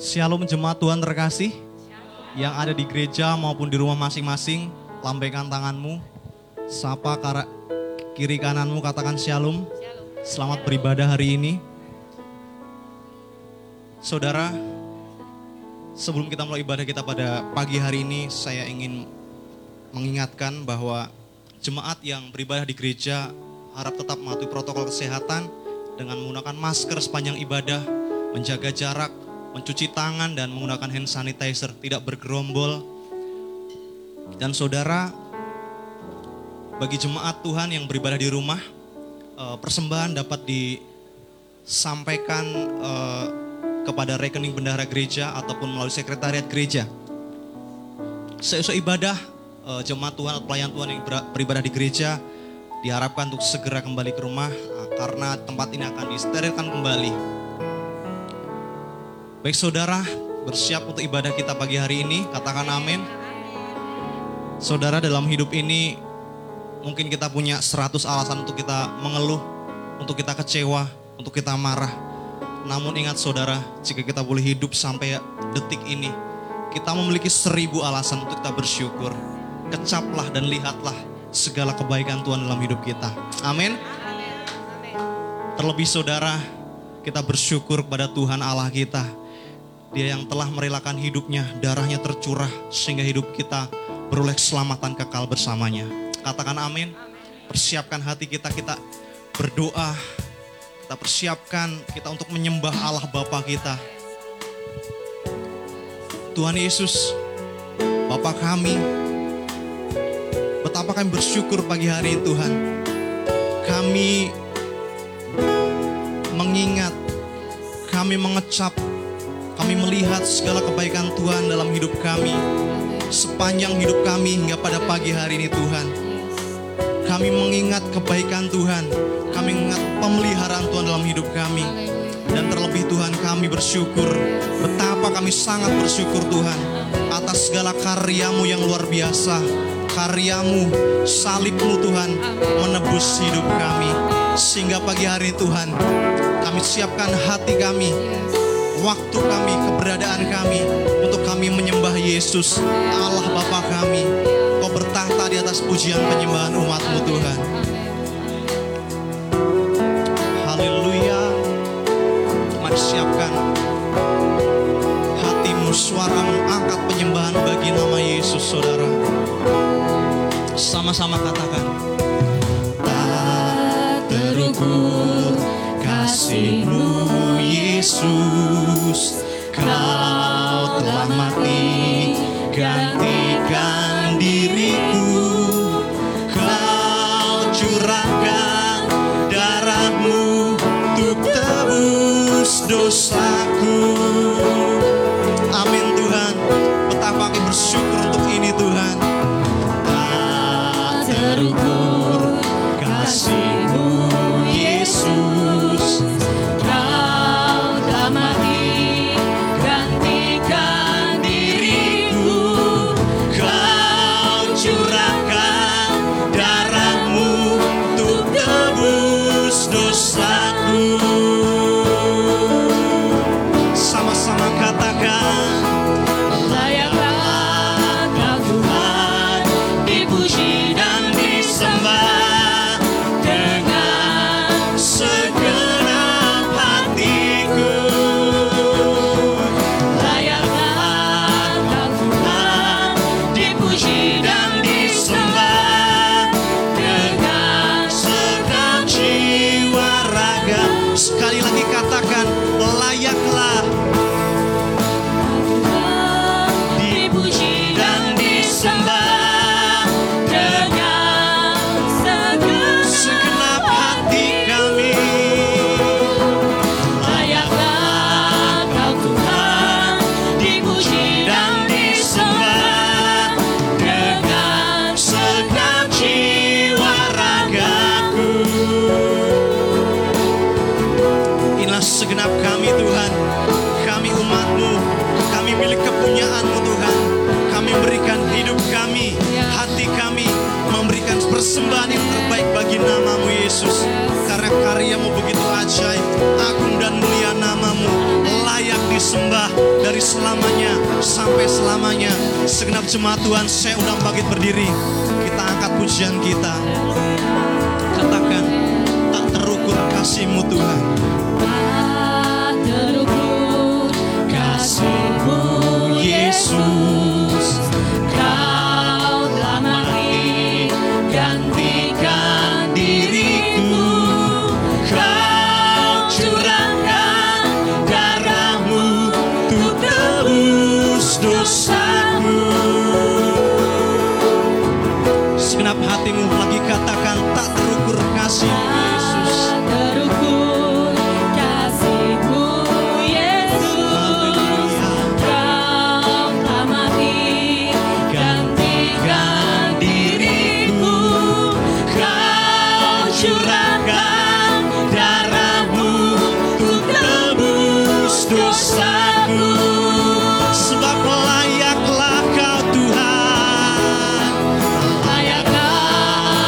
Shalom jemaat Tuhan terkasih yang ada di gereja maupun di rumah masing-masing. Lambaikan tanganmu, sapa kiri kananmu, katakan shalom. Selamat beribadah hari ini. Saudara, sebelum kita mulai ibadah kita pada pagi hari ini, saya ingin mengingatkan bahwa jemaat yang beribadah di gereja harap tetap mematuhi protokol kesehatan dengan menggunakan masker sepanjang ibadah, menjaga jarak, mencuci tangan dan menggunakan hand sanitizer, tidak bergerombol. Dan saudara, bagi jemaat Tuhan yang beribadah di rumah, persembahan dapat disampaikan kepada rekening bendahara gereja ataupun melalui sekretariat gereja. Seusai ibadah, jemaat Tuhan atau pelayan Tuhan yang beribadah di gereja diharapkan untuk segera kembali ke rumah karena tempat ini akan disterilkan kembali. Baik saudara, bersiap untuk ibadah kita pagi hari ini, katakan amin. Saudara, dalam hidup ini mungkin kita punya 100 alasan untuk kita mengeluh, untuk kita kecewa, untuk kita marah. Namun ingat saudara, jika kita boleh hidup sampai detik ini, kita memiliki 1000 alasan untuk kita bersyukur. Kecaplah dan lihatlah segala kebaikan Tuhan dalam hidup kita. Amin. Terlebih saudara, kita bersyukur kepada Tuhan Allah kita. Dia yang telah merelakan hidupnya, darahnya tercurah sehingga hidup kita beroleh keselamatan kekal bersamanya. Katakan amin. Persiapkan hati kita, kita berdoa. Kita persiapkan kita untuk menyembah Allah Bapa kita. Tuhan Yesus, Bapa kami, betapa kami bersyukur pagi hari ini Tuhan. Kami mengingat, kami mengecap, kami melihat segala kebaikan Tuhan dalam hidup kami, sepanjang hidup kami hingga pada pagi hari ini Tuhan. Kami mengingat kebaikan Tuhan, kami mengingat pemeliharaan Tuhan dalam hidup kami. Dan terlebih Tuhan, kami bersyukur, betapa kami sangat bersyukur Tuhan atas segala karya-Mu yang luar biasa. Karya-Mu, salib-Mu Tuhan menebus hidup kami. Sehingga pagi hari ini Tuhan, kami siapkan hati kami, waktu kami, keberadaan kami untuk kami menyembah Yesus, Allah Bapa kami. Kau bertahta di atas pujian penyembahan umat-Mu Tuhan. Haleluya. Mari siapkan hatimu, suaramu, angkat penyembahan bagi nama Yesus saudara. Sama-sama katakan. Tak terukur kasih-Mu Yesus, Kau telah mati gantikan diriku. Kau curahkan darah-Mu untuk tebus dosaku. Amin Tuhan, betapa kami bersyukur untuk ini Tuhan. Tak terukur kasih-Mu Yesus, Kau telah mati gantikan diriku. Kau curahkan darah-Mu untuk tebus dosaku. Sama-sama katakan. Layaklah Kau Tuhan dipuji dan disembah dengan segenap hatiku. Layaklah Kau Tuhan dipuji dan disembah dengan segenap jiwa raga. Sekali lagi katakan, layaklah dipuji dan disembah dengan segenap hati kami. Layaklah Kau Tuhan dipuji dan disembah dengan segenap jiwa ragaku. Inilah segenap kami Tuhan, kami umat-Mu, kami milik kepunyaan-Mu Tuhan. Kami berikan hidup kami, hati kami, memberikan persembahan yang terbaik bagi nama-Mu Yesus. Karena karya-Mu begitu ajaib, agung dan mulia nama-Mu, layak disembah dari selamanya sampai selamanya. Segenap jemaat Tuhan, saya undang bangkit berdiri. Kita angkat pujian kita. Katakan, tak terukur kasih-Mu Tuhan. Tak terukur kasih-Mu Yesus. Kau telah mati gantikan diriku. Kau curahkan darah-Mu untuk tebus dosaku. Segenap hatimu lagi katakan, tak terukur kasih Yesus. Tak terukur kasih-Mu Yesus. Kau telah mati gantikan diriku. Kau curahkan darah-Mu untuk tebus dosaku. Sebab layaklah Kau Tuhan. Layaklah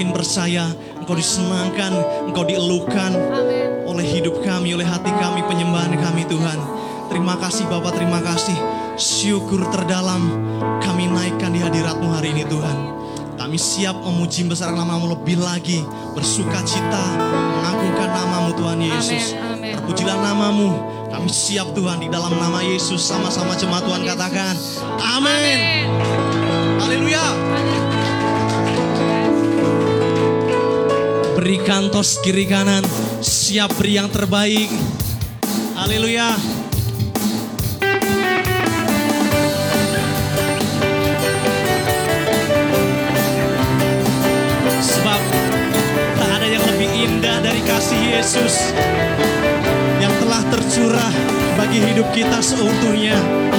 semakin percaya Engkau disenangkan, Engkau dielukan oleh hidup kami, oleh hati kami, penyembahan kami Tuhan. Terima kasih Bapa, terima kasih. Syukur terdalam kami naikkan di hadirat-Mu hari ini Tuhan. Kami siap memuji besar nama-Mu lebih lagi, bersuka cita, mengagungkan nama-Mu Tuhan Yesus. Terpujilah nama-Mu. Kami siap Tuhan di dalam nama Yesus. Sama-sama jemaat Tuhan katakan amin. Haleluya. Berikan tos kiri kanan, siap beri yang terbaik. Haleluya. Sebab tak ada yang lebih indah dari kasih Yesus yang telah tercurah bagi hidup kita seutuhnya.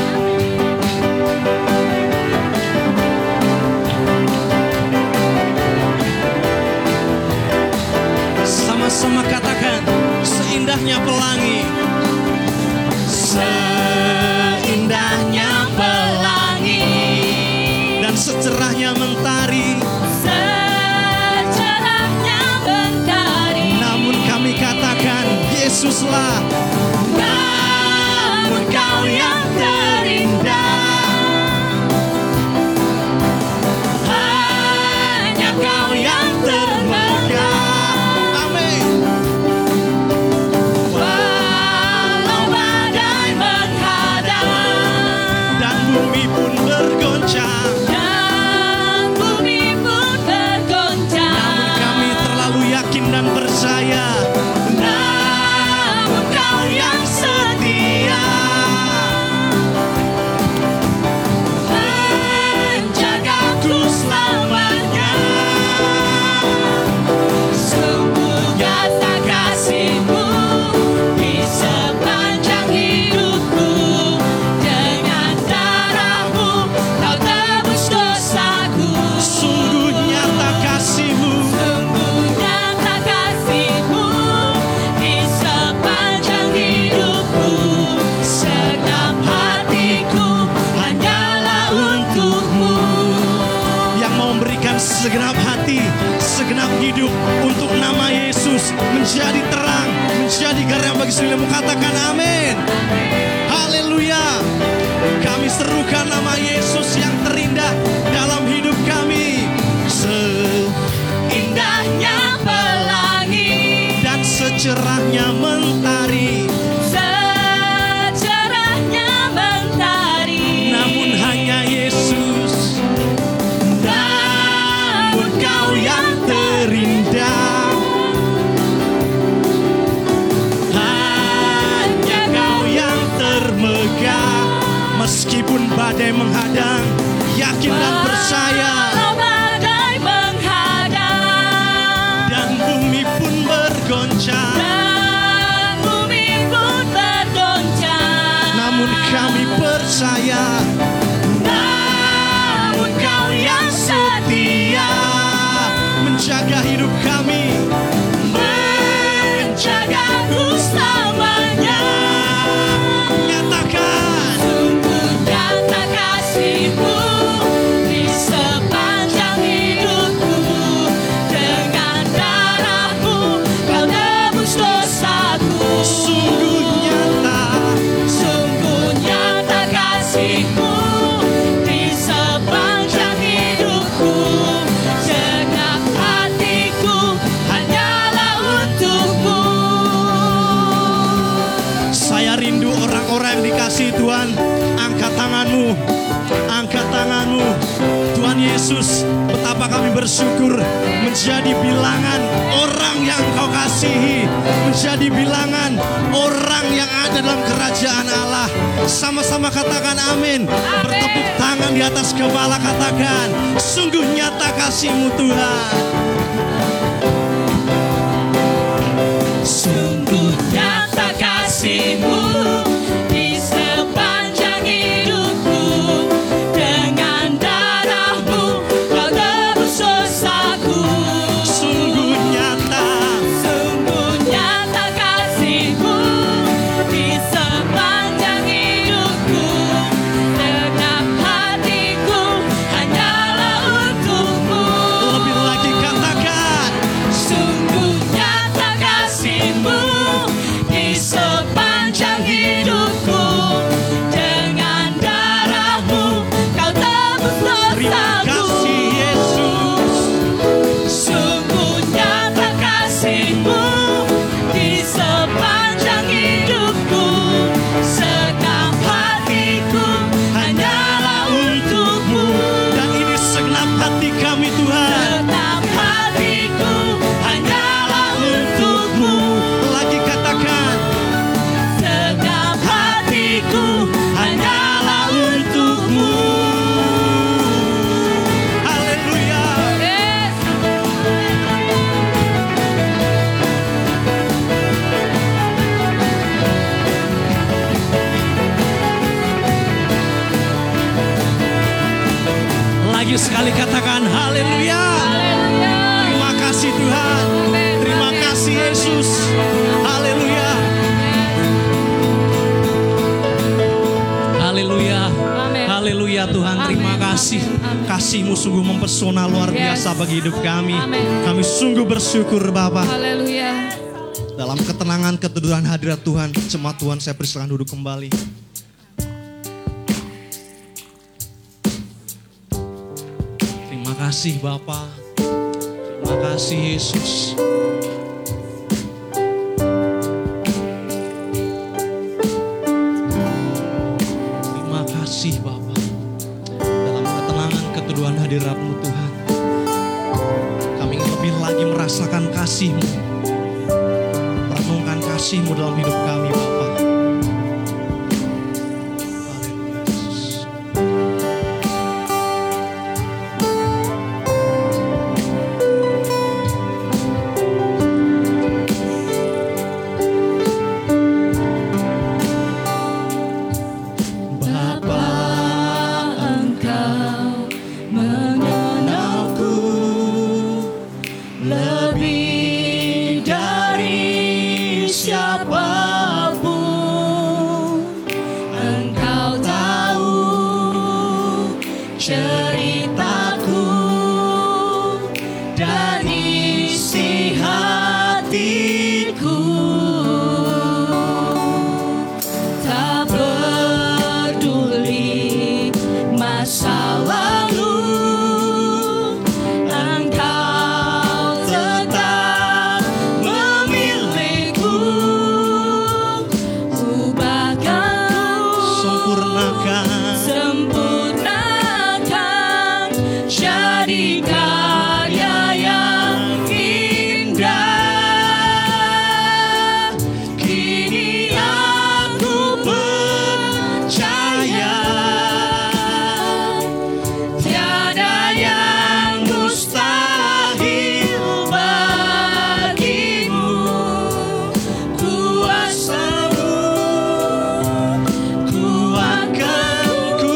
Sama-sama katakan, seindahnya pelangi, Seindahnya pelangi dan secerahnya mentari. Secerahnya mentari. Namun kami katakan, Yesuslah. Namun Kau yang terindah, hanya Kau yang termegah. Amin. Walau badai menghadang Dan bumi pun bergoncang, dan bumi pun bergoncang, namun kami terlalu yakin dan percaya. namun Kau yang setia, menjagaku selamanya. Sungguh nyata kasih-Mu di sepanjang hidupku. Dengan darah-Mu Kau tebus dosaku. Sungguh nyata kasih-Mu Sungguh nyata kasih-Mu di sepanjang hidupku. Segenap hatiku hanyalah untuk-Mu. yang mau memberikan segenap hati, segenap hidup untuk nama Yesus menjadi terang, menjadi garam bagi seluruhmu. Katakan amin. Haleluya. Kami serukan nama Yesus yang terindah dalam hidup kami. Indahnya pelangi, Dan secerahnya mentari. secerahnya mentari. Namun hanya Yesus, namun Kau yang terindah. Hanya Kau yang termegah. Meskipun badai menghadang, yakin dan percaya. Walau badai menghadang Dan bumi pun bergoncang, dan bumi pun bergoncang, namun kami percaya. namun Kau yang setia, Menjaga hidup kami, menjagaku selamanya. nyatakan Sungguh nyata kasih-Mu di sepanjang hidupku. Dengan darah-Mu Kau tebus dosaku. sungguh nyata. Sungguh nyata kasih-Mu di sepanjang hidupku. Segenap hatiku hanyalah untuk-Mu. Saya rindu orang-orang yang dikasihi Tuhan. Angkat tanganmu, angkat tanganmu. Tuhan Yesus, betapa kami bersyukur menjadi bilangan orang yang Kau kasihi, menjadi bilangan orang yang ada dalam kerajaan Allah. Sama-sama katakan amin. Bertepuk tangan di atas kepala, katakan sungguh nyata kasih-Mu Tuhan. Sungguh nyata kasih-Mu di sepanjang hidupku. Dengan darah-Mu Kau tebus dosaku. Sungguh nyata. Sungguh nyata kasih-Mu di sepanjang hidupku. Segenap hatiku hanyalah untuk-Mu. Lebih lagi katakan Haleluya Tuhan, terima Amin, kasih. amin. Kasih-Mu sungguh mempesona luar Yes. biasa bagi hidup kami. Amin. Kami sungguh bersyukur Bapa. Haleluya. Dalam ketenangan keteduhan hadirat Tuhan, jemaat Tuhan saya persilakan duduk kembali. Terima kasih Bapa. Terima kasih Yesus. Terima kasih Bapa. Dalam ketenangan keteduhan hadirat-Mu Tuhan, kami ingin lebih lagi merasakan kasih-Mu. Merenungkan kasih-Mu dalam hidup kami Bapa. Haleluya Yesus. Bapa, Engkau mengenalku lebih dari siapapun. Engkau tahu ceritaku dan isi hatiku. Tak peduli masa lalu, Engkau tetap memilihku. Ubahkan, sempurnakan jadi karya yang indah. Kini aku percaya tiada yang mustahil bagimu. Kuasa-Mu kuatkanku,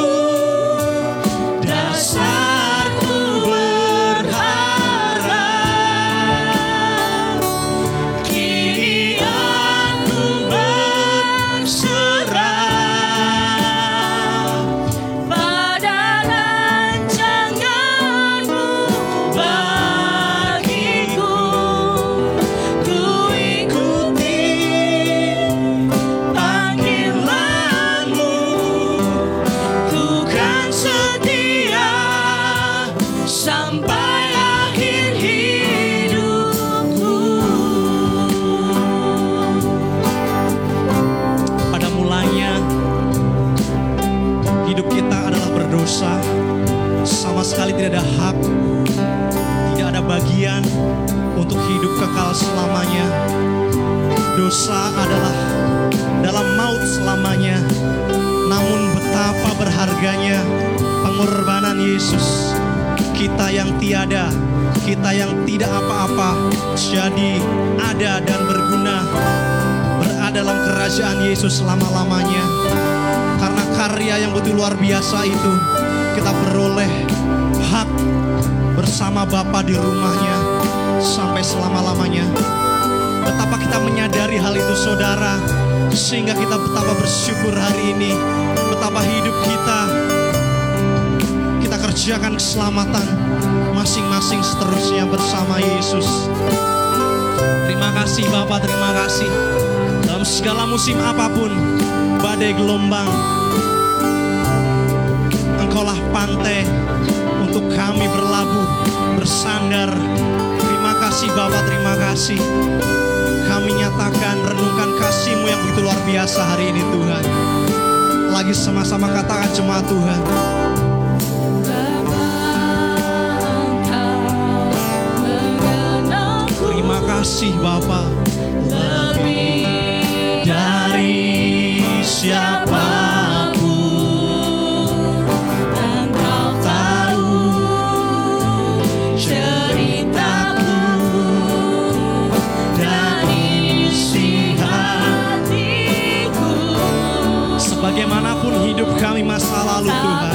dasarku berharap. Kini aku berserah pada rancangan-Mu bagiku. Ku ikuti panggilan-Mu, ku kan setia sampai akhir hidupku. Pada mulanya hidup kita adalah berdosa, sama sekali tidak ada hak, tidak ada bagian untuk hidup kekal selamanya. Dosa adalah dalam maut selamanya. Namun betapa berharganya pengorbanan Yesus. Kita yang tiada, kita yang tidak apa-apa, jadi ada dan berguna, berada dalam kerajaan Yesus selama-lamanya. Karena karya yang begitu luar biasa itu, kita beroleh hak bersama Bapa di rumahnya sampai selama-lamanya. Betapa kita menyadari hal itu saudara, sehingga kita betapa bersyukur hari ini. Betapa hidup kita kerjakan keselamatan masing-masing seterusnya bersama Yesus. Terima kasih Bapa, terima kasih. Dalam segala musim apapun, badai gelombang, Engkaulah pantai untuk kami berlabuh, bersandar. Terima kasih Bapa, terima kasih. Kami nyatakan, renungkan kasih-Mu yang begitu luar biasa hari ini Tuhan. Lagi sama-sama katakan jemaat Tuhan. Terima kasih Bapa. Lebih dari siapapun, Engkau tahu ceritaku dan isi hatiku. Sebagaimanapun hidup kami masa lalu Tuhan,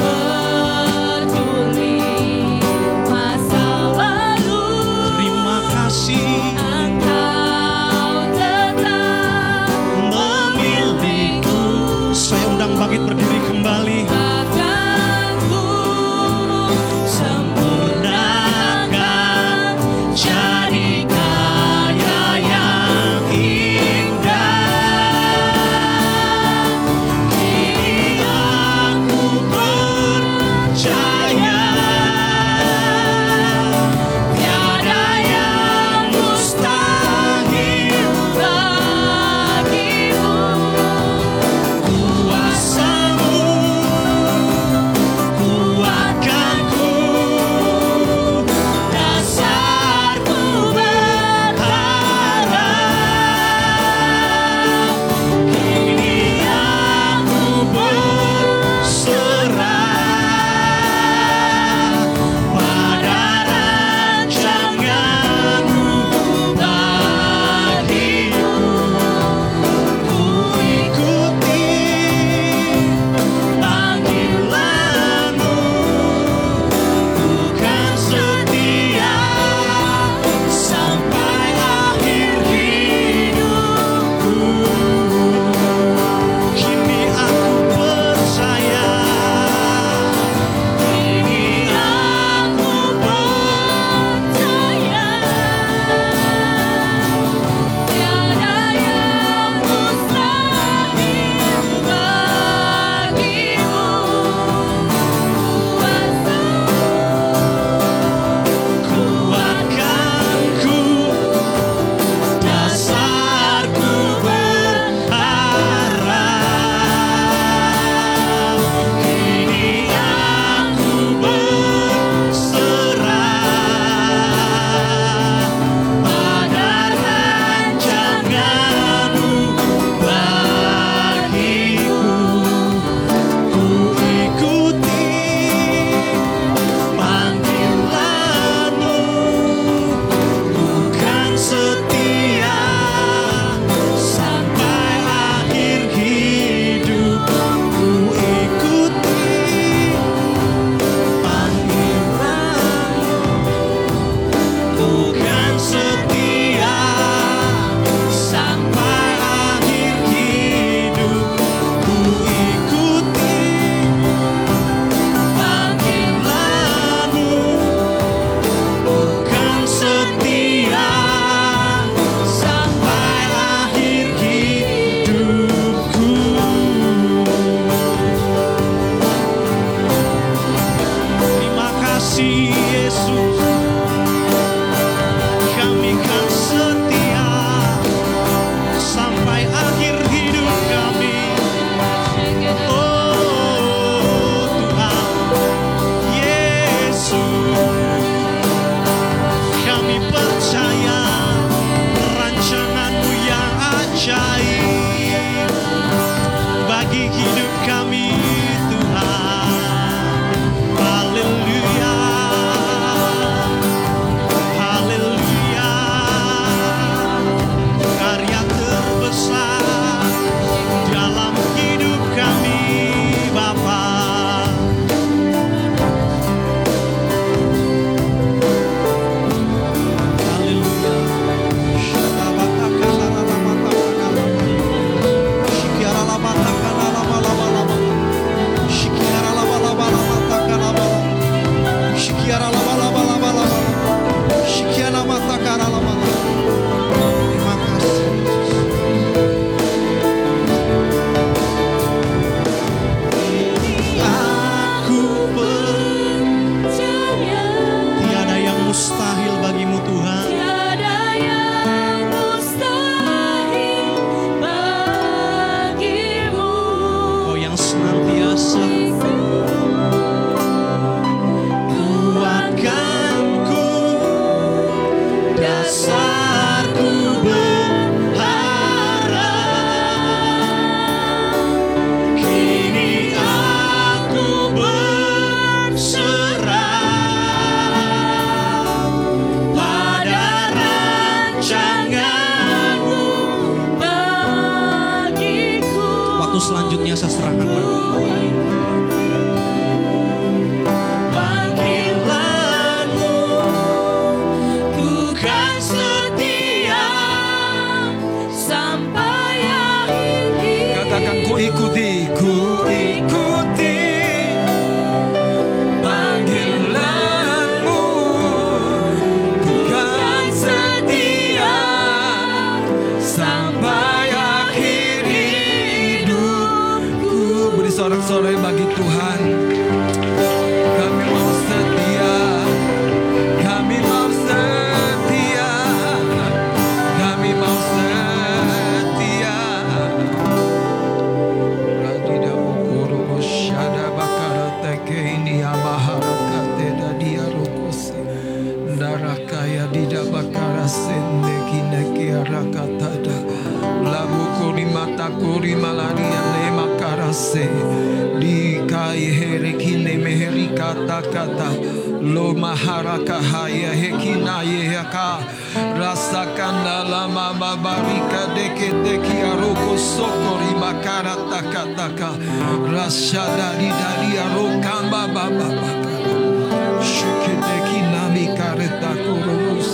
serahkan pada Tuhan. Panggilanmu ku kan setia sampai akhir hidup. Katakan ku ikuti panggilanmu, ku kan setia sampai akhir hidupku. Beri sorak-sorai bagi Tuhan. Kami mau setia, kami mau setia, kami mau setia. Radida bukuru syada bakara teke ini amahara kateda dia rukusi. Darakaya dida bakara sende kine kiara katada. Labu kuri mata kuri malaria lema karase. Di kai here kine meheri kata kata. Lo maharaka haya hekina yehaka. Rasakan dalam mabarika deke deki aruko sokori makara taka taka. Rasyada di dari arokamba baba baba. Shukideki nami kareta kurus.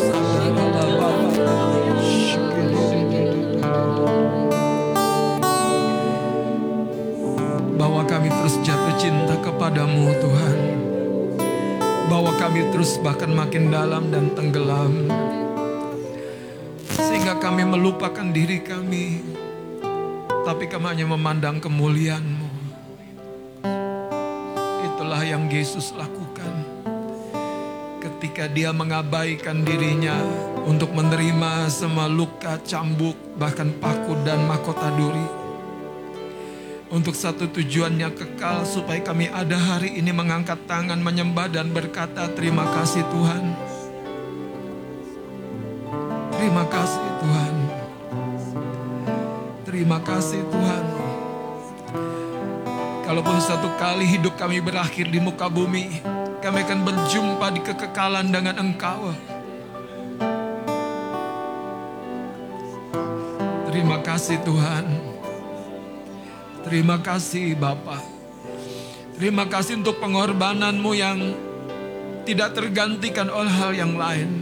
Bahwa kami terus jatuh cinta kepadamu Tuhan. Bahwa kami terus bahkan makin dalam dan tenggelam. Sehingga kami melupakan diri kami. Tapi kami hanya memandang kemuliaan-Mu. Itulah yang Yesus lakukan. Ketika dia mengabaikan dirinya untuk menerima semua luka, cambuk, bahkan paku dan mahkota duri. Untuk satu tujuan yang kekal supaya kami ada hari ini mengangkat tangan menyembah dan berkata terima kasih Tuhan. Terima kasih Tuhan. Terima kasih Tuhan. Kalaupun satu kali hidup kami berakhir di muka bumi, kami akan berjumpa di kekekalan dengan Engkau. Terima kasih Tuhan. Terima kasih Bapa. Terima kasih untuk pengorbanan-Mu yang tidak tergantikan oleh hal yang lain.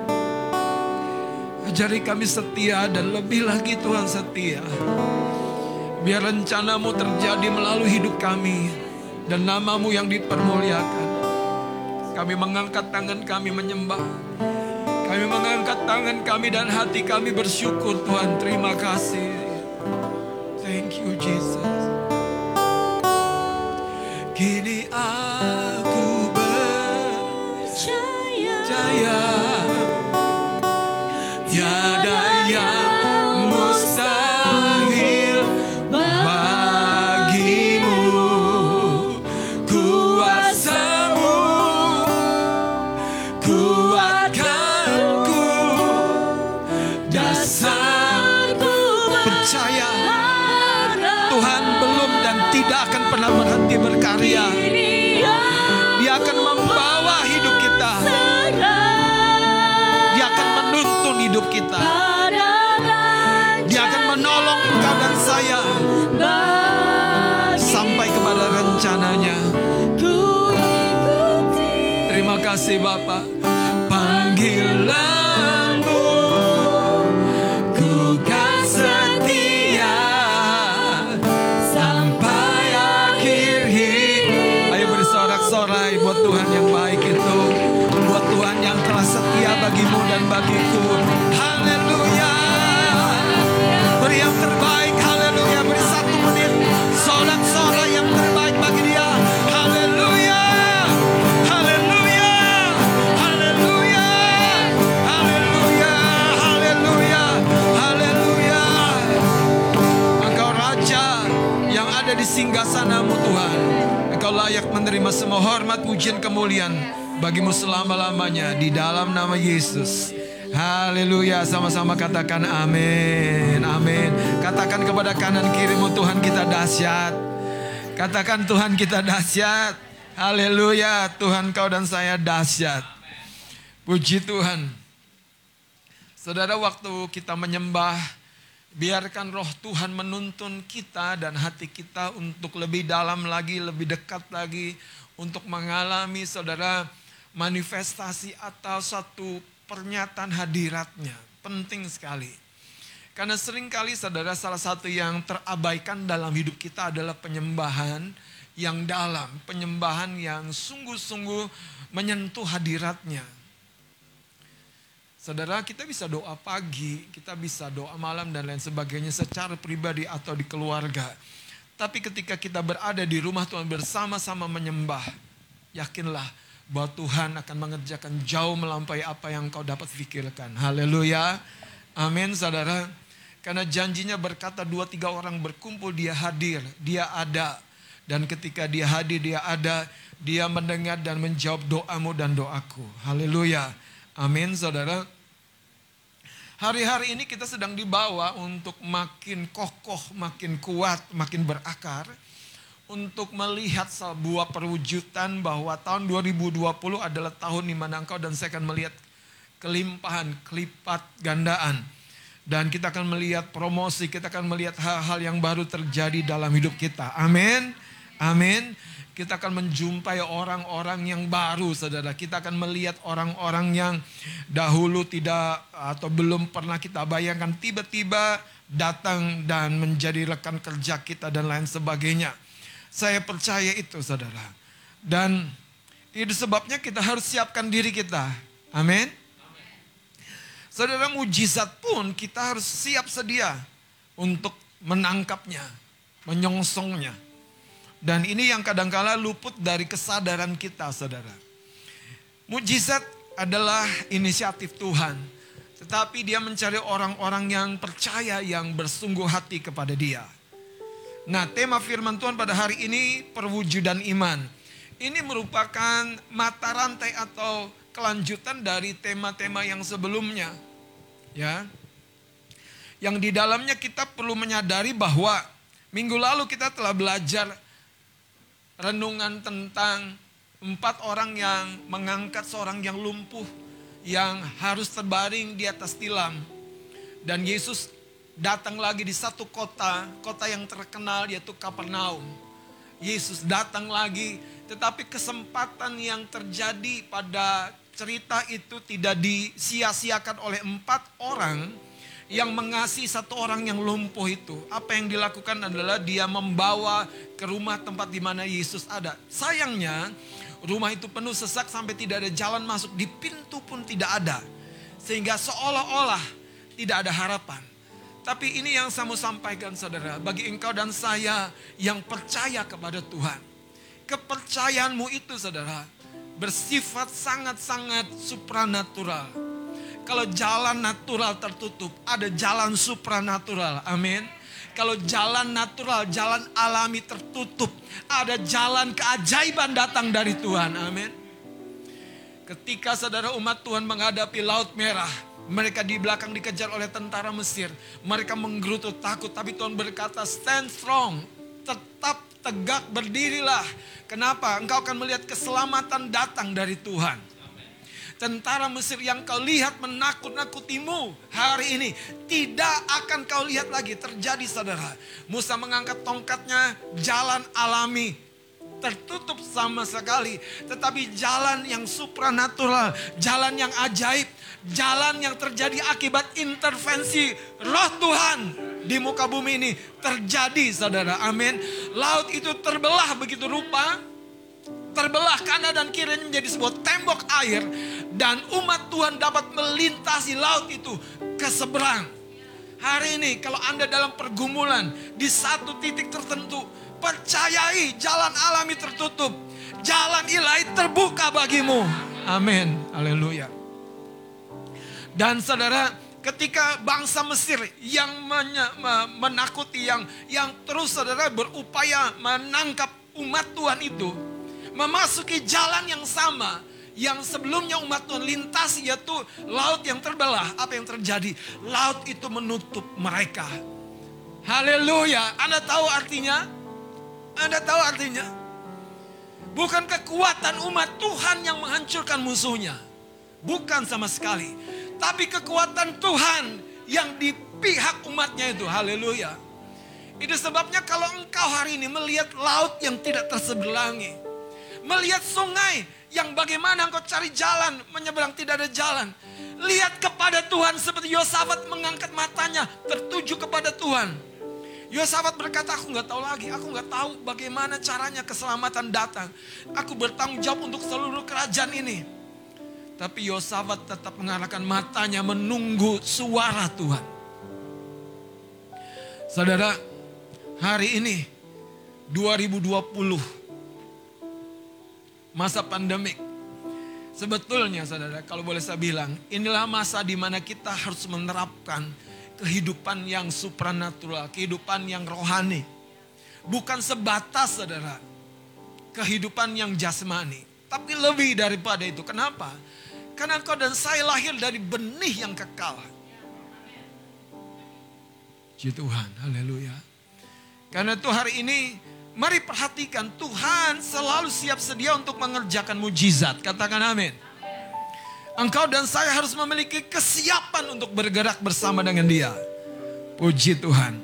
Ajari kami setia dan lebih lagi Tuhan setia. Biar rencana-Mu terjadi melalui hidup kami dan nama-Mu yang dipermuliakan. Kami mengangkat tangan kami menyembah. Kami mengangkat tangan kami dan hati kami bersyukur Tuhan. Terima kasih. Thank you Jesus. Kini aku percaya tiada yang mustahil bagimu. Kuasa-Mu kuatkanku, dasarku percaya Tuhan belum dan tidak akan pernah berhenti berkarya. Dia akan membawa hidup kita. Dia akan menuntun hidup kita. Dia akan menolong engkau dan saya sampai kepada rencananya. Terima kasih Bapa. Panggilan-Mu ku kan setia sampai akhir hidup. Ayo beri sorak-sorai buat Tuhan yang baik itu. Buat Tuhan yang telah setia bagimu dan bagiku. Haleluya. Beri yang terbaik. Haleluya. Beri 1 menit sorak-sorai yang terbaik bagi Dia. Haleluya. Haleluya. Haleluya. Haleluya. Haleluya. Haleluya. Engkau Raja yang ada di singgasana-Mu Tuhan. Engkau layak menerima semua hormat, pujian, kemuliaan bagimu selama-lamanya di dalam nama Yesus. Haleluya. Sama-sama katakan amin. Amin. Katakan kepada kanan kirimu, Tuhan kita dahsyat. Katakan Tuhan kita dahsyat. Haleluya. Tuhan kau dan saya dahsyat. Puji Tuhan. Saudara, waktu kita menyembah, Biarkan roh Tuhan menuntun kita dan hati kita untuk lebih dalam lagi, lebih dekat lagi. Untuk mengalami saudara manifestasi atau satu pernyataan hadiratnya. Penting sekali. Karena seringkali saudara salah satu yang terabaikan dalam hidup kita adalah penyembahan yang dalam. Penyembahan yang sungguh-sungguh menyentuh hadiratnya. Saudara, kita bisa doa pagi, kita bisa doa malam dan lain sebagainya secara pribadi atau di keluarga. Tapi ketika kita berada di rumah Tuhan bersama-sama menyembah, yakinlah bahwa Tuhan akan mengerjakan jauh melampaui apa yang kau dapat pikirkan. Haleluya. Amin saudara. Karena janjinya berkata 2-3 orang berkumpul dia hadir, dia ada. Dan ketika dia hadir, dia ada, dia mendengar dan menjawab doamu dan doaku. Haleluya. Amin saudara. Hari-hari ini kita sedang dibawa untuk makin kokoh, makin kuat, makin berakar. Untuk melihat sebuah perwujudan bahwa tahun 2020 adalah tahun di mana engkau dan saya akan melihat kelimpahan, kelipat gandaan. Dan kita akan melihat promosi, kita akan melihat hal-hal yang baru terjadi dalam hidup kita. Amin. Amin. Kita akan menjumpai orang-orang yang baru, saudara. Kita akan melihat orang-orang yang dahulu tidak atau belum pernah kita bayangkan. Tiba-tiba datang dan menjadi rekan kerja kita dan lain sebagainya. Saya percaya itu, saudara. Dan itu sebabnya kita harus siapkan diri kita. Amin. Saudara, mujizat pun kita harus siap sedia untuk menangkapnya, menyongsongnya. Dan ini yang kadangkala luput dari kesadaran kita, saudara. Mujizat adalah inisiatif Tuhan. Tetapi dia mencari orang-orang yang percaya, yang bersungguh hati kepada dia. Nah, tema firman Tuhan pada hari ini perwujudan iman. Ini merupakan mata rantai atau kelanjutan dari tema-tema yang sebelumnya. Ya. Yang di dalamnya kita perlu menyadari bahwa minggu lalu kita telah belajar renungan tentang 4 orang yang mengangkat seorang yang lumpuh, yang harus terbaring di atas tilam. Dan Yesus datang lagi di satu kota yang terkenal yaitu Kapernaum. Yesus datang lagi, tetapi kesempatan yang terjadi pada cerita itu tidak disia-siakan oleh 4 orang yang mengasihi satu orang yang lumpuh itu. Apa yang dilakukan adalah dia membawa ke rumah tempat di mana Yesus ada. Sayangnya rumah itu penuh sesak sampai tidak ada jalan masuk, di pintu pun tidak ada. Sehingga seolah-olah tidak ada harapan. Tapi ini yang saya mau sampaikan, saudara, bagi engkau dan saya yang percaya kepada Tuhan. Kepercayaanmu itu, saudara, bersifat sangat-sangat supranatural. Kalau jalan natural tertutup, ada jalan supranatural. Amin. Kalau jalan natural, jalan alami tertutup, ada jalan keajaiban datang dari Tuhan. Amin. Ketika saudara umat Tuhan menghadapi Laut Merah, mereka di belakang dikejar oleh tentara Mesir. Mereka menggerutu takut, tapi Tuhan berkata, stand strong, tetap tegak, berdirilah. Kenapa? Engkau akan melihat keselamatan datang dari Tuhan. Tentara Mesir yang kau lihat menakut-nakutimu hari ini, tidak akan kau lihat lagi terjadi, saudara. Musa mengangkat tongkatnya, jalan alami tertutup sama sekali. Tetapi jalan yang supranatural, jalan yang ajaib, jalan yang terjadi akibat intervensi roh Tuhan di muka bumi ini terjadi, saudara. Amin. Laut itu terbelah begitu rupa. Terbelah kanan dan kiri menjadi sebuah tembok air. Dan umat Tuhan dapat melintasi laut itu ke seberang. Hari ini kalau Anda dalam pergumulan di satu titik tertentu, percayai jalan alami tertutup, jalan ilahi terbuka bagimu. Amin. Haleluya. Dan saudara, ketika bangsa Mesir yang menakuti, yang terus saudara berupaya menangkap umat Tuhan itu, memasuki jalan yang sama yang sebelumnya umat Tuhan lintasi, yaitu laut yang terbelah. Apa yang terjadi? Laut itu menutup mereka. Haleluya. Anda tahu artinya? Anda tahu artinya? Bukan kekuatan umat Tuhan yang menghancurkan musuhnya. Bukan sama sekali. Tapi kekuatan Tuhan yang pihak umatnya itu. Haleluya. Itu sebabnya kalau engkau hari ini melihat laut yang tidak terseberangi, melihat sungai yang bagaimana engkau cari jalan, menyeberang tidak ada jalan. Lihat kepada Tuhan seperti Yosafat mengangkat matanya tertuju kepada Tuhan. Yosafat berkata, aku nggak tahu lagi, aku nggak tahu bagaimana caranya keselamatan datang. Aku bertanggung jawab untuk seluruh kerajaan ini. Tapi Yosafat tetap mengarahkan matanya menunggu suara Tuhan. Saudara, hari ini 2020 masa pandemik. Sebetulnya saudara, kalau boleh saya bilang, inilah masa di mana kita harus menerapkan kehidupan yang supranatural, kehidupan yang rohani. Bukan sebatas saudara, kehidupan yang jasmani. Tapi lebih daripada itu. Kenapa? Karena engkau dan saya lahir dari benih yang kekal. Puji Tuhan, haleluya. Karena itu hari ini, mari perhatikan, Tuhan selalu siap sedia untuk mengerjakan mujizat. Katakan amin. Engkau dan saya harus memiliki kesiapan untuk bergerak bersama dengan Dia. Puji Tuhan.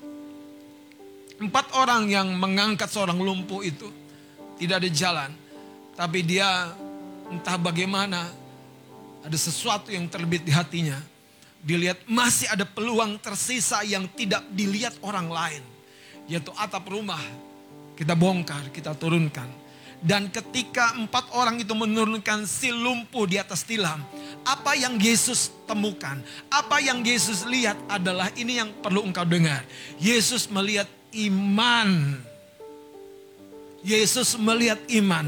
4 orang yang mengangkat seorang lumpuh itu tidak ada jalan. Tapi dia entah bagaimana, ada sesuatu yang terbit di hatinya. Dilihat masih ada peluang tersisa yang tidak dilihat orang lain. Yaitu atap rumah. Kita bongkar, kita turunkan. Dan ketika 4 orang itu menurunkan si lumpuh di atas tilam, apa yang Yesus temukan, apa yang Yesus lihat adalah ini yang perlu engkau dengar. Yesus melihat iman. Yesus melihat iman.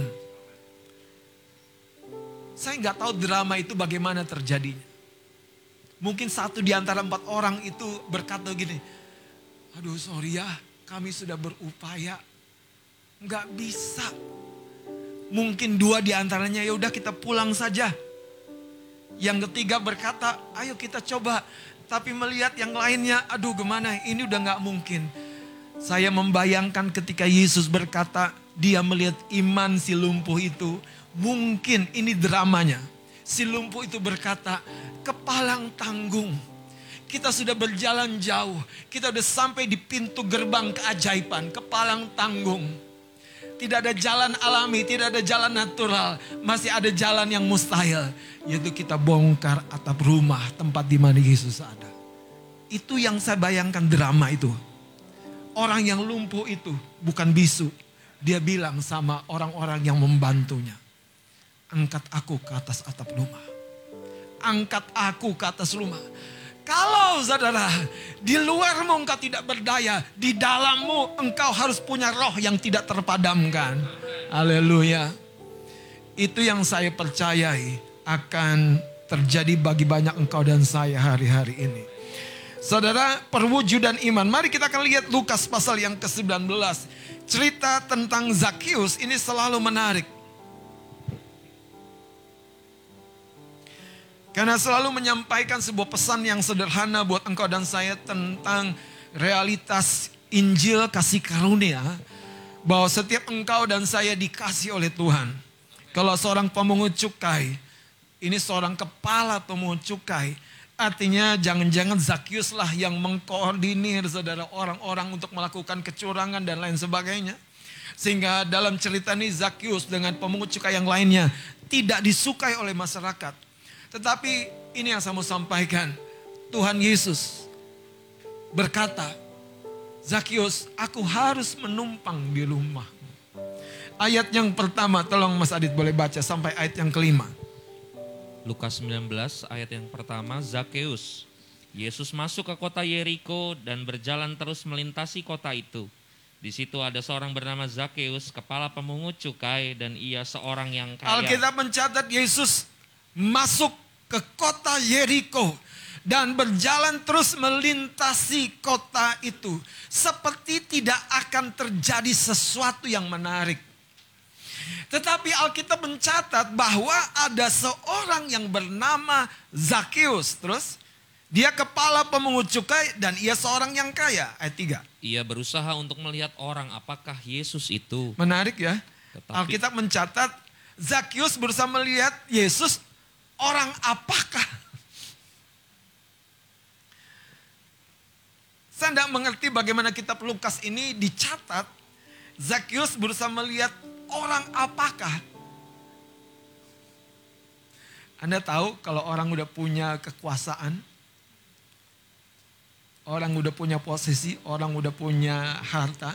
Saya nggak tahu drama itu bagaimana terjadinya. Mungkin satu di antara 4 orang itu berkata gini, aduh sorry ya, kami sudah berupaya, nggak bisa. Mungkin 2 di antaranya, ya udah kita pulang saja. Yang ketiga berkata, ayo kita coba. Tapi melihat yang lainnya, aduh gimana, ini udah gak mungkin. Saya membayangkan ketika Yesus berkata, dia melihat iman si lumpuh itu. Mungkin ini dramanya. Si lumpuh itu berkata, kepalang tanggung. Kita sudah berjalan jauh. Kita sudah sampai di pintu gerbang keajaiban, kepalang tanggung. Tidak ada jalan alami, tidak ada jalan natural. Masih ada jalan yang mustahil. Yaitu kita bongkar atap rumah tempat di mana Yesus ada. Itu yang saya bayangkan drama itu. Orang yang lumpuh itu bukan bisu. Dia bilang sama orang-orang yang membantunya. Angkat aku ke atas atap rumah. Angkat aku ke atas rumah. Kalau saudara, di luarmu engkau tidak berdaya, di dalammu engkau harus punya roh yang tidak terpadamkan. Haleluya. Itu yang saya percayai akan terjadi bagi banyak engkau dan saya hari-hari ini. Saudara, perwujudan iman. Mari kita akan lihat Lukas pasal yang ke-19. Cerita tentang Zakheus ini selalu menarik. Karena selalu menyampaikan sebuah pesan yang sederhana buat engkau dan saya tentang realitas Injil kasih karunia. Bahwa setiap engkau dan saya dikasih oleh Tuhan. Kalau seorang pemungut cukai, ini seorang kepala pemungut cukai. Artinya jangan-jangan Zakheus lah yang mengkoordinir saudara orang-orang untuk melakukan kecurangan dan lain sebagainya. Sehingga dalam cerita ini Zakheus dengan pemungut cukai yang lainnya tidak disukai oleh masyarakat. Tetapi ini yang saya mau sampaikan. Tuhan Yesus berkata, Zakheus, aku harus menumpang di rumahmu. Ayat yang pertama, tolong Mas Adit boleh baca sampai ayat yang kelima. Lukas 19 ayat yang pertama, Zakheus. Yesus masuk ke kota Yeriko dan berjalan terus melintasi kota itu. Di situ ada seorang bernama Zakheus, kepala pemungut cukai, dan ia seorang yang kaya. Alkitab mencatat Yesus masuk ke kota Yeriko dan berjalan terus melintasi kota itu. Seperti tidak akan terjadi sesuatu yang menarik. Tetapi Alkitab mencatat bahwa ada seorang yang bernama Zakheus. Terus dia kepala pemungut cukai dan ia seorang yang kaya. Ayat 3. Ia berusaha untuk melihat orang apakah Yesus itu. Menarik ya. Tetapi Alkitab mencatat Zakheus berusaha melihat Yesus, orang apakah? kita tidak mengerti bagaimana kitab Lukas ini dicatat, Zakeus berusaha melihat orang apakah. Anda tahu kalau orang udah punya kekuasaan, orang udah punya posisi, orang udah punya harta,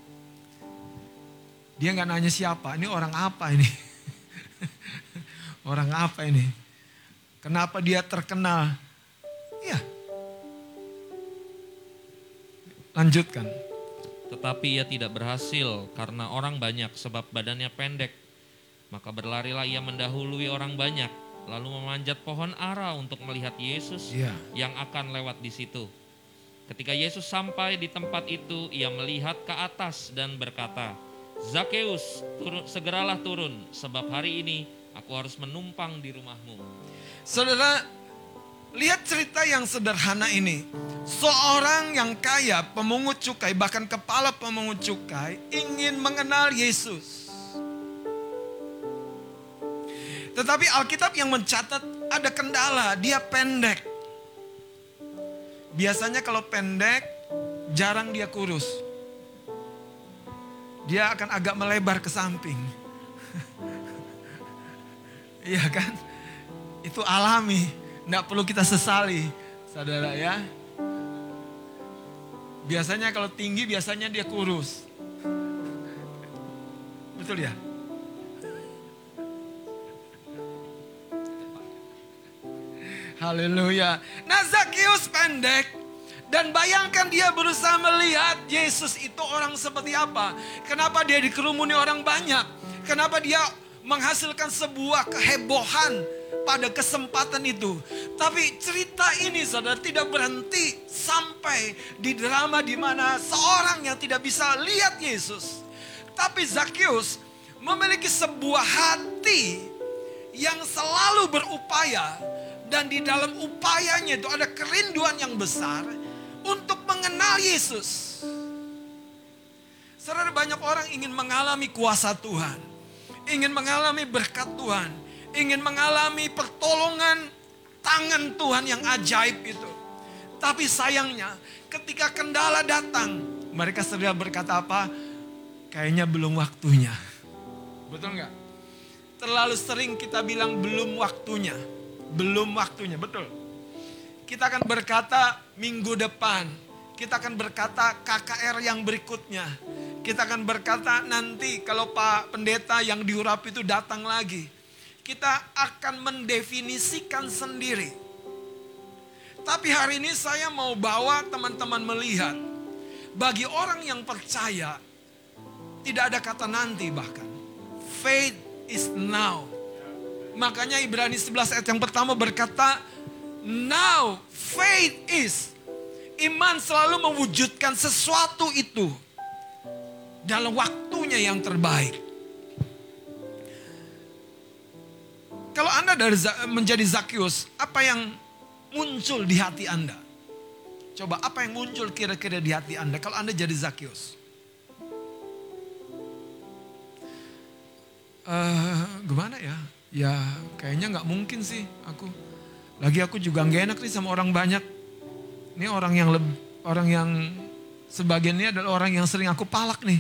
dia nggak nanya siapa, ini orang apa ini? Orang apa ini? Kenapa dia terkenal? Iya. Lanjutkan. Tetapi ia tidak berhasil karena orang banyak sebab badannya pendek. Maka berlarilah ia mendahului orang banyak, lalu memanjat pohon ara untuk melihat Yesus yang akan lewat di situ. Ketika Yesus sampai di tempat itu, ia melihat ke atas dan berkata, "Zakeus, segeralah turun, sebab hari ini aku harus menumpang di rumahmu." Saudara, lihat cerita yang sederhana ini. Seorang yang kaya, pemungut cukai, bahkan kepala pemungut cukai, ingin mengenal Yesus. Tetapi Alkitab yang mencatat ada kendala, dia pendek. Biasanya kalau pendek, jarang dia kurus. Dia akan agak melebar ke samping. Iya kan? Itu alami, nggak perlu kita sesali, saudara ya. Biasanya kalau tinggi, biasanya dia kurus. Betul ya? Haleluya. Nah, Zakeus pendek. Dan bayangkan dia berusaha melihat Yesus itu orang seperti apa. Kenapa dia dikerumuni orang banyak. Kenapa dia menghasilkan sebuah kehebohan pada kesempatan itu. Tapi cerita ini saudara tidak berhenti sampai di drama di mana seorang yang tidak bisa lihat Yesus. Tapi Zakeus memiliki sebuah hati yang selalu berupaya. Dan di dalam upayanya itu ada kerinduan yang besar untuk mengenal Yesus. Saudara, banyak orang ingin mengalami kuasa Tuhan. Ingin mengalami berkat Tuhan. Ingin mengalami pertolongan tangan Tuhan yang ajaib itu. Tapi sayangnya ketika kendala datang, mereka segera berkata apa? Kayaknya belum waktunya. Betul nggak? Terlalu sering kita bilang belum waktunya. Belum waktunya, betul. Kita akan berkata minggu depan. Kita akan berkata KKR yang berikutnya. Kita akan berkata nanti kalau Pak Pendeta yang diurapi itu datang lagi. Kita akan mendefinisikan sendiri. Tapi hari ini saya mau bawa teman-teman melihat. Bagi orang yang percaya, tidak ada kata nanti bahkan. Faith is now. Makanya Ibrani 11 ayat yang pertama berkata, now faith is. Iman selalu mewujudkan sesuatu itu dalam waktunya yang terbaik. Kalau Anda menjadi Zakeus, apa yang muncul di hati Anda? Coba apa yang muncul kira-kira di hati Anda kalau Anda jadi Zakeus? Gimana ya? Ya kayaknya gak mungkin sih aku. Lagi aku juga gak enak nih sama orang banyak. Ini orang yang sebagian ini adalah orang yang sering aku palak nih.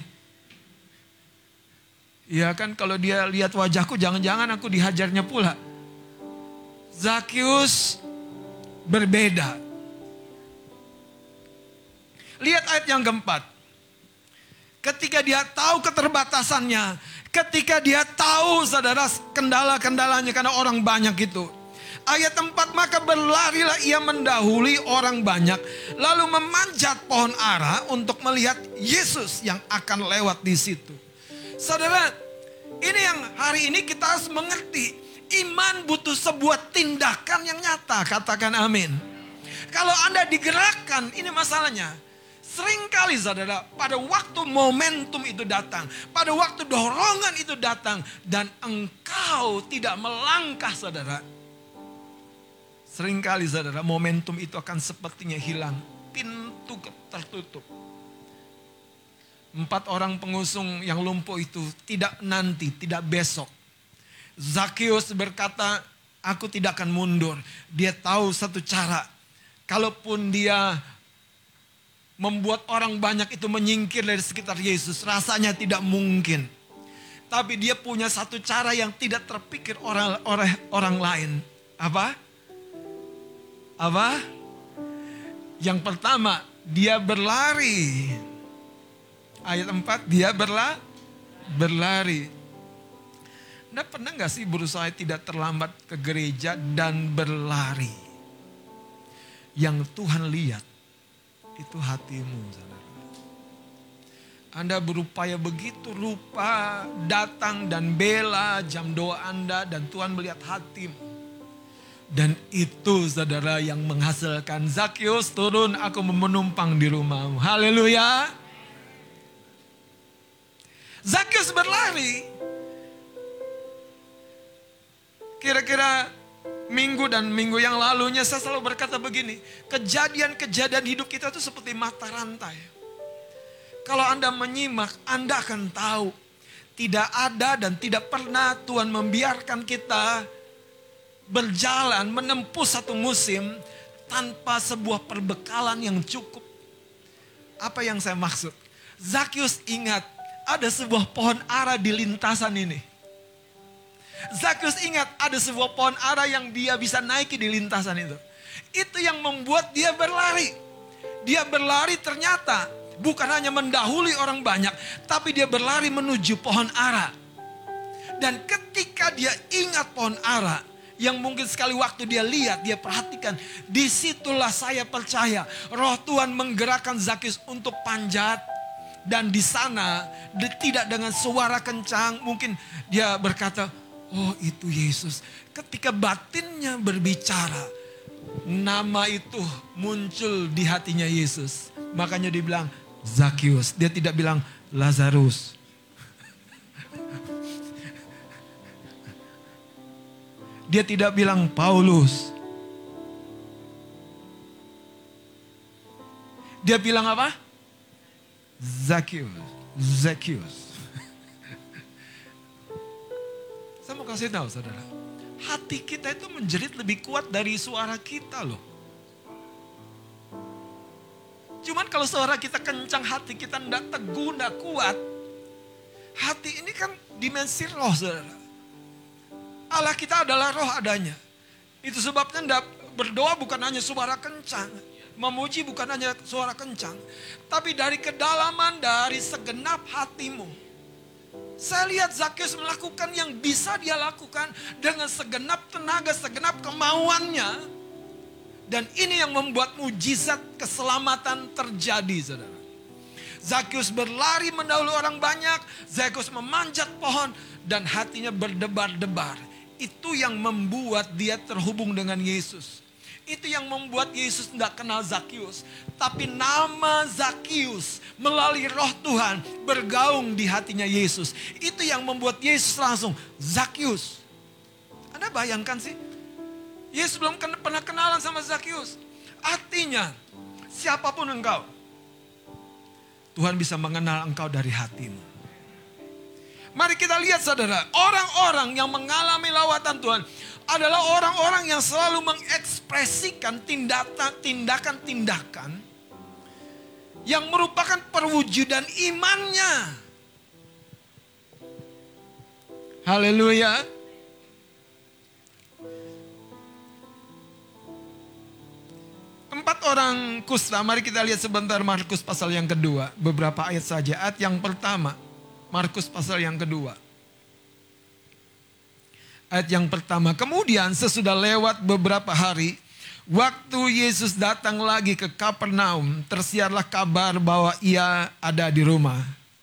Ya kan kalau dia lihat wajahku jangan-jangan aku dihajarnya pula. Zakeus berbeda. Lihat ayat yang keempat. Ketika dia tahu keterbatasannya. Ketika dia tahu saudara kendala-kendalanya karena orang banyak itu. Ayat 4, maka berlarilah ia mendahului orang banyak. Lalu memanjat pohon ara untuk melihat Yesus yang akan lewat di situ. Saudara, ini yang hari ini kita harus mengerti. Iman butuh sebuah tindakan yang nyata. Katakan amin. Kalau Anda digerakkan, ini masalahnya. Seringkali saudara, pada waktu momentum itu datang, pada waktu dorongan itu datang, dan engkau tidak melangkah saudara. Seringkali saudara, momentum itu akan sepertinya hilang, pintu tertutup. 4 orang pengusung yang lumpuh itu tidak nanti, tidak besok. Zakeus berkata, aku tidak akan mundur. Dia tahu satu cara, kalaupun dia membuat orang banyak itu menyingkir dari sekitar Yesus. Rasanya tidak mungkin. Tapi dia punya satu cara yang tidak terpikir oleh orang lain. Apa? Yang pertama, dia berlari. Ayat 4, dia berlari. Anda pernah gak sih berusaha tidak terlambat ke gereja dan berlari? Yang Tuhan lihat itu hatimu, saudara. Anda berupaya begitu rupa datang dan bela jam doa Anda, dan Tuhan melihat hatimu. Dan itu, saudara, yang menghasilkan Zakeus turun, aku menumpang di rumahmu. Haleluya. Zakeus berlari. Kira-kira minggu dan minggu yang lalunya saya selalu berkata begini. Kejadian-kejadian hidup kita itu seperti mata rantai. Kalau Anda menyimak, Anda akan tahu. Tidak ada dan tidak pernah Tuhan membiarkan kita berjalan menempuh satu musim tanpa sebuah perbekalan yang cukup. Apa yang saya maksud? Zakeus ingat ada sebuah pohon ara di lintasan ini. Zakeus ingat ada sebuah pohon ara yang dia bisa naiki di lintasan itu. Itu yang membuat dia berlari. Dia berlari ternyata bukan hanya mendahului orang banyak, tapi dia berlari menuju pohon ara. Dan ketika dia ingat pohon ara, yang mungkin sekali waktu dia lihat, dia perhatikan, disitulah saya percaya Roh Tuhan menggerakkan Zakeus untuk panjat. Dan di sana, tidak dengan suara kencang, mungkin dia berkata, oh itu Yesus. Ketika batinnya berbicara, nama itu muncul di hatinya Yesus. Makanya dia bilang Zakeus. Dia tidak bilang Lazarus. Dia tidak bilang Paulus. Dia bilang apa? Zakeus. Saya mau kasih tahu saudara, hati kita itu menjerit lebih kuat dari suara kita loh. Cuman kalau suara kita kencang, hati kita tidak teguh, tidak kuat. Hati ini kan dimensi roh, saudara. Allah kita adalah roh adanya. Itu sebabnya berdoa bukan hanya suara kencang. Memuji bukan hanya suara kencang. Tapi dari kedalaman, dari segenap hatimu. Saya lihat Zakeus melakukan yang bisa dia lakukan dengan segenap tenaga, segenap kemauannya. Dan ini yang membuat mujizat keselamatan terjadi, saudara. Zakeus berlari mendahului orang banyak. Zakeus memanjat pohon dan hatinya berdebar-debar. Itu yang membuat dia terhubung dengan Yesus. Itu yang membuat Yesus tidak kenal Zakeus. Tapi nama Zakeus melalui roh Tuhan bergaung di hatinya Yesus. Itu yang membuat Yesus langsung, Zakeus. Anda bayangkan sih, Yesus belum pernah kenalan sama Zakeus. Artinya, siapapun engkau, Tuhan bisa mengenal engkau dari hatimu. Mari kita lihat saudara, orang-orang yang mengalami lawatan Tuhan adalah orang-orang yang selalu mengekspresikan tindakan-tindakan yang merupakan perwujudan imannya. Haleluya. Empat orang kusta, mari kita lihat sebentar Markus pasal yang kedua. Beberapa ayat saja, ayat yang pertama. Markus pasal yang kedua. Ayat yang pertama, kemudian sesudah lewat beberapa hari, waktu Yesus datang lagi ke Kapernaum, tersiarlah kabar bahwa ia ada di rumah.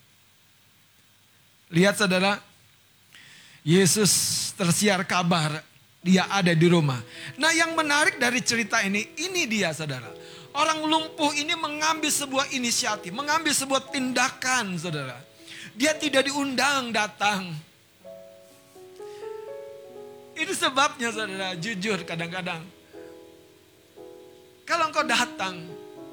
Lihat saudara, Yesus tersiar kabar, dia ada di rumah. Nah yang menarik dari cerita ini dia saudara. Orang lumpuh ini mengambil sebuah inisiatif, mengambil sebuah tindakan saudara. Dia tidak diundang datang. Itu sebabnya saudara, jujur kadang-kadang. Kalau engkau datang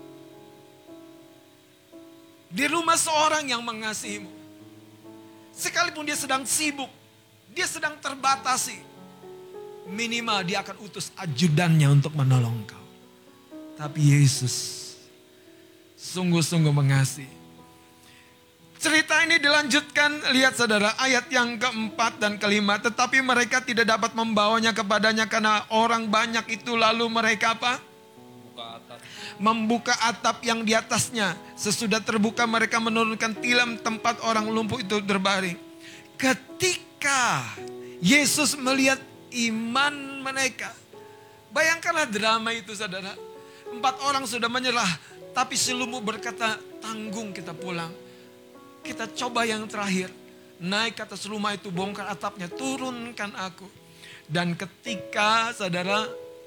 di rumah seorang yang mengasihimu, sekalipun dia sedang sibuk, dia sedang terbatasi, minimal dia akan utus ajudannya untuk menolong engkau. Tapi Yesus sungguh-sungguh mengasihi. Cerita ini dilanjutkan, lihat saudara, ayat yang keempat dan kelima. Tetapi mereka tidak dapat membawanya kepadanya karena orang banyak itu. Lalu mereka apa? Membuka atap yang di atasnya. Sesudah terbuka mereka menurunkan tilam tempat orang lumpuh itu berbaring. Ketika Yesus melihat iman mereka. Bayangkanlah drama itu saudara. 4 orang sudah menyerah. Tapi si lumpuh berkata, tanggung kita pulang. Kita coba yang terakhir. Naik ke atas rumah itu, bongkar atapnya, turunkan aku. Dan ketika saudara,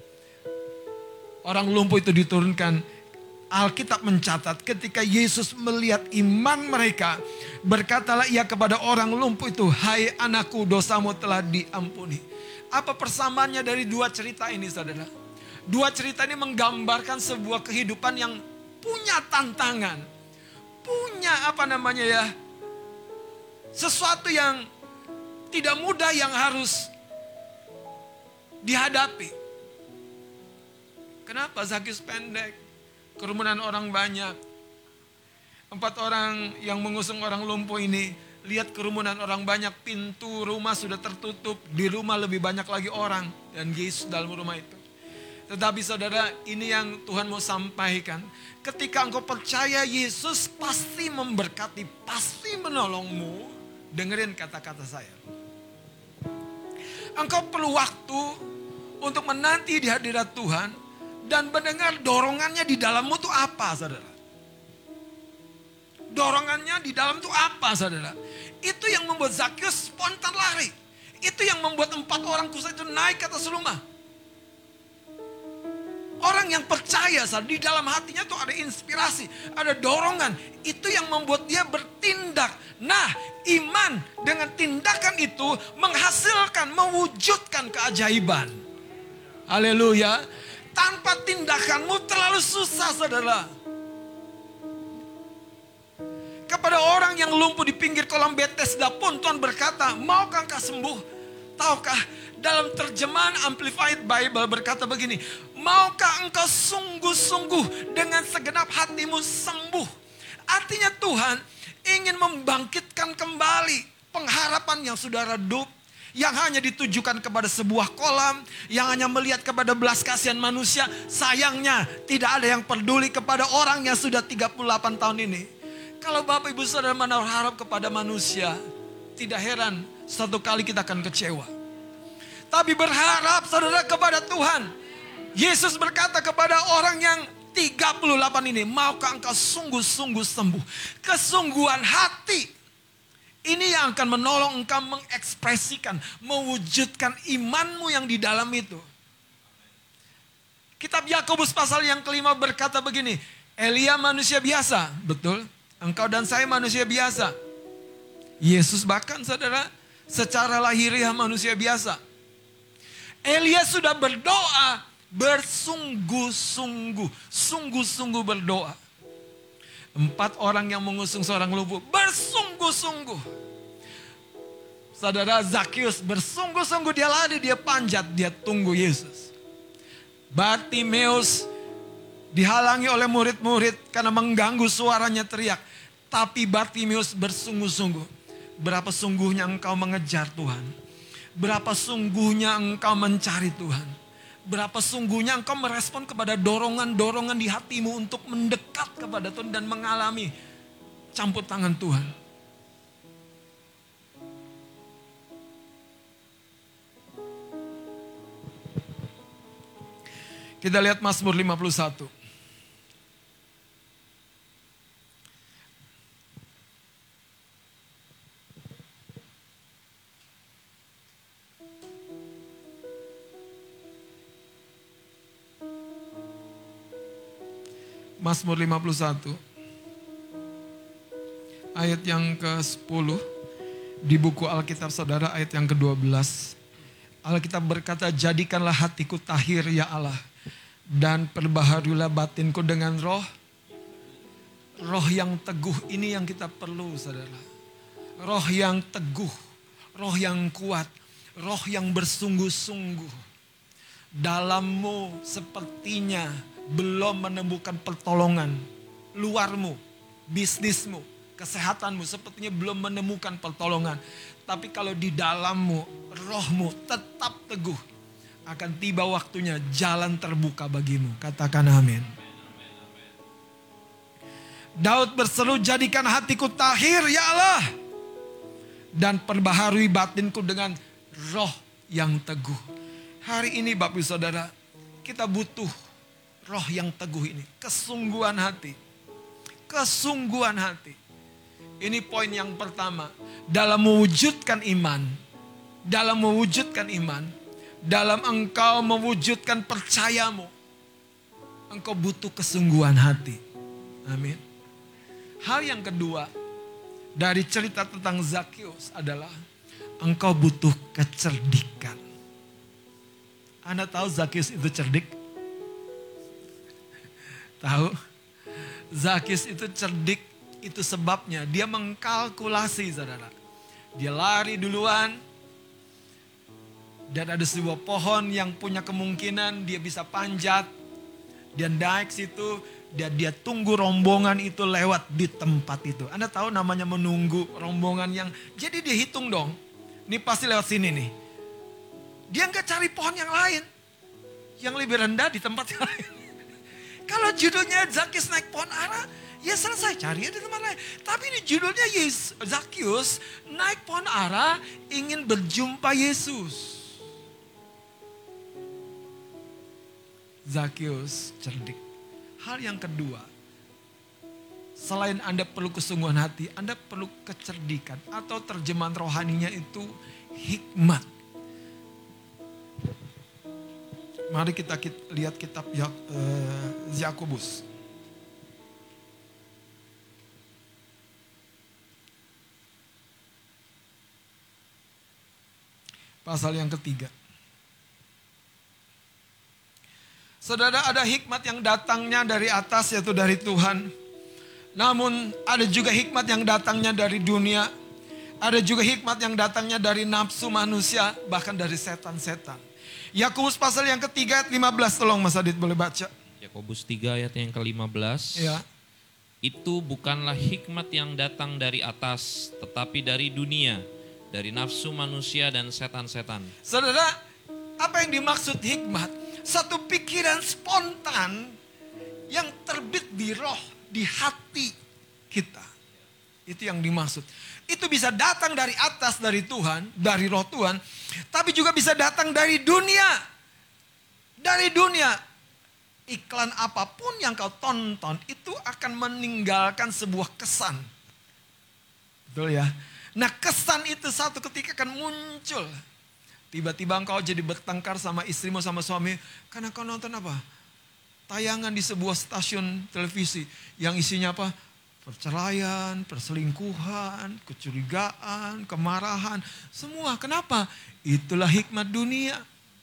orang lumpuh itu diturunkan, Alkitab mencatat ketika Yesus melihat iman mereka, berkatalah ia kepada orang lumpuh itu, hai anakku, dosamu telah diampuni. Apa persamaannya dari dua cerita ini saudara? Dua cerita ini menggambarkan sebuah kehidupan yang punya tantangan. Punya sesuatu yang tidak mudah yang harus dihadapi. Kenapa? Zakheus pendek, kerumunan orang banyak. 4 orang yang mengusung orang lumpuh ini, lihat kerumunan orang banyak, pintu rumah sudah tertutup, di rumah lebih banyak lagi orang, dan Yesus dalam rumah itu. Tetapi saudara, ini yang Tuhan mau sampaikan. Ketika engkau percaya Yesus pasti memberkati, pasti menolongmu. Dengerin kata-kata saya. Engkau perlu waktu untuk menanti di hadirat Tuhan dan mendengar dorongannya di dalammu itu apa, saudara. Dorongannya di dalam itu apa, saudara. Itu yang membuat Zakheus spontan lari. Itu yang membuat 4 orang kusa itu naik ke atas rumah. Orang yang percaya, di dalam hatinya tuh ada inspirasi, ada dorongan. Itu yang membuat dia bertindak. Nah, iman dengan tindakan itu menghasilkan, mewujudkan keajaiban. Haleluya. Tanpa tindakanmu terlalu susah, saudara. Kepada orang yang lumpuh di pinggir kolam Bethesda pun Tuhan berkata, maukah engkau sembuh? Tahukah dalam terjemahan Amplified Bible berkata begini, maukah engkau sungguh-sungguh dengan segenap hatimu sembuh? Artinya Tuhan ingin membangkitkan kembali pengharapan yang sudah redup, yang hanya ditujukan kepada sebuah kolam, yang hanya melihat kepada belas kasihan manusia. Sayangnya tidak ada yang peduli kepada orang yang sudah 38 tahun ini. Kalau Bapak Ibu Saudara menaruh harap kepada manusia, tidak heran satu kali kita akan kecewa. Tapi berharap saudara kepada Tuhan. Yesus berkata kepada orang yang 38 ini, maukah engkau sungguh-sungguh sembuh? Kesungguhan hati. Ini yang akan menolong engkau mengekspresikan, mewujudkan imanmu yang di dalam itu. Kitab Yakobus pasal yang kelima berkata begini, Elia manusia biasa, betul? Engkau dan saya manusia biasa. Yesus bahkan saudara, secara lahiriah manusia biasa. Elia sudah berdoa bersungguh-sungguh, sungguh-sungguh berdoa. 4 orang yang mengusung seorang lumpuh bersungguh-sungguh. Saudara, Zakheus bersungguh-sungguh, dia lari, dia panjat, dia tunggu Yesus. Bartimeus dihalangi oleh murid-murid karena mengganggu suaranya teriak. Tapi Bartimeus bersungguh-sungguh. Berapa sungguhnya engkau mengejar Tuhan? Berapa sungguhnya engkau mencari Tuhan? Berapa sungguhnya engkau merespon kepada dorongan-dorongan di hatimu untuk mendekat kepada Tuhan dan mengalami campur tangan Tuhan? Kita lihat Mazmur 51. Mazmur 51 ayat yang ke-10 di buku Alkitab saudara, ayat yang ke-12. Alkitab berkata, jadikanlah hatiku tahir ya Allah, dan perbaharulah batinku dengan roh yang teguh. Ini yang kita perlu saudara. Roh yang teguh, roh yang kuat, roh yang bersungguh-sungguh. Dalammu sepertinya belum menemukan pertolongan. luarmu, bisnismu, kesehatanmu sepertinya belum menemukan pertolongan. Tapi kalau di dalammu, rohmu tetap teguh, akan tiba waktunya jalan terbuka bagimu. Katakan amin. Daud berseru, jadikan hatiku tahir ya Allah, dan perbaharui batinku dengan roh yang teguh. Hari ini Bapak Ibu Saudara, kita butuh roh yang teguh ini. Kesungguhan hati. Kesungguhan hati. Ini poin yang pertama. Dalam mewujudkan iman. Dalam mewujudkan iman. Dalam engkau mewujudkan percayamu. Engkau butuh kesungguhan hati. Amin. Hal yang kedua dari cerita tentang Zakeus adalah engkau butuh kecerdikan. Anda tahu Zakeus itu cerdik? Tahu? Zakeus itu cerdik, itu sebabnya dia mengkalkulasi, saudara. Dia lari duluan dan ada sebuah pohon yang punya kemungkinan dia bisa panjat. Dia naik situ, dia tunggu rombongan itu lewat di tempat itu. Anda tahu namanya menunggu rombongan yang, jadi dia hitung dong. Ini pasti lewat sini nih. Dia nggak cari pohon yang lain, yang lebih rendah di tempat yang lain. Kalau judulnya Zakeus naik pohon ara, ya selesai, cari di tempat lain. Tapi ini judulnya Zakeus naik pohon ara ingin berjumpa Yesus. Zakeus cerdik. Hal yang kedua, selain Anda perlu kesungguhan hati, Anda perlu kecerdikan atau terjemahan rohaninya itu hikmat. Mari kita lihat kitab Yakobus. Pasal yang ketiga. Saudara, ada hikmat yang datangnya dari atas, yaitu dari Tuhan. Namun ada juga hikmat yang datangnya dari dunia. Ada juga hikmat yang datangnya dari nafsu manusia, bahkan dari setan-setan. Yakobus pasal yang ketiga ayat 15, tolong Mas Adit boleh baca. Yakobus 3 ayat yang ke-15. Ya. Itu bukanlah hikmat yang datang dari atas, tetapi dari dunia, dari nafsu manusia dan setan-setan. Saudara, apa yang dimaksud hikmat? Satu pikiran spontan yang terbit di roh, di hati kita. Itu yang dimaksud. Itu bisa datang dari atas, dari Tuhan, dari roh Tuhan. Tapi juga bisa datang dari dunia. Dari dunia. Iklan apapun yang kau tonton itu akan meninggalkan sebuah kesan. Betul ya? Nah, kesan itu satu ketika akan muncul. Tiba-tiba engkau jadi bertengkar sama istrimu, sama suami. Karena kau nonton apa? Tayangan di sebuah stasiun televisi. Yang isinya apa? Perceraian, perselingkuhan, kecurigaan, kemarahan. Semua. Kenapa? Itulah hikmat dunia.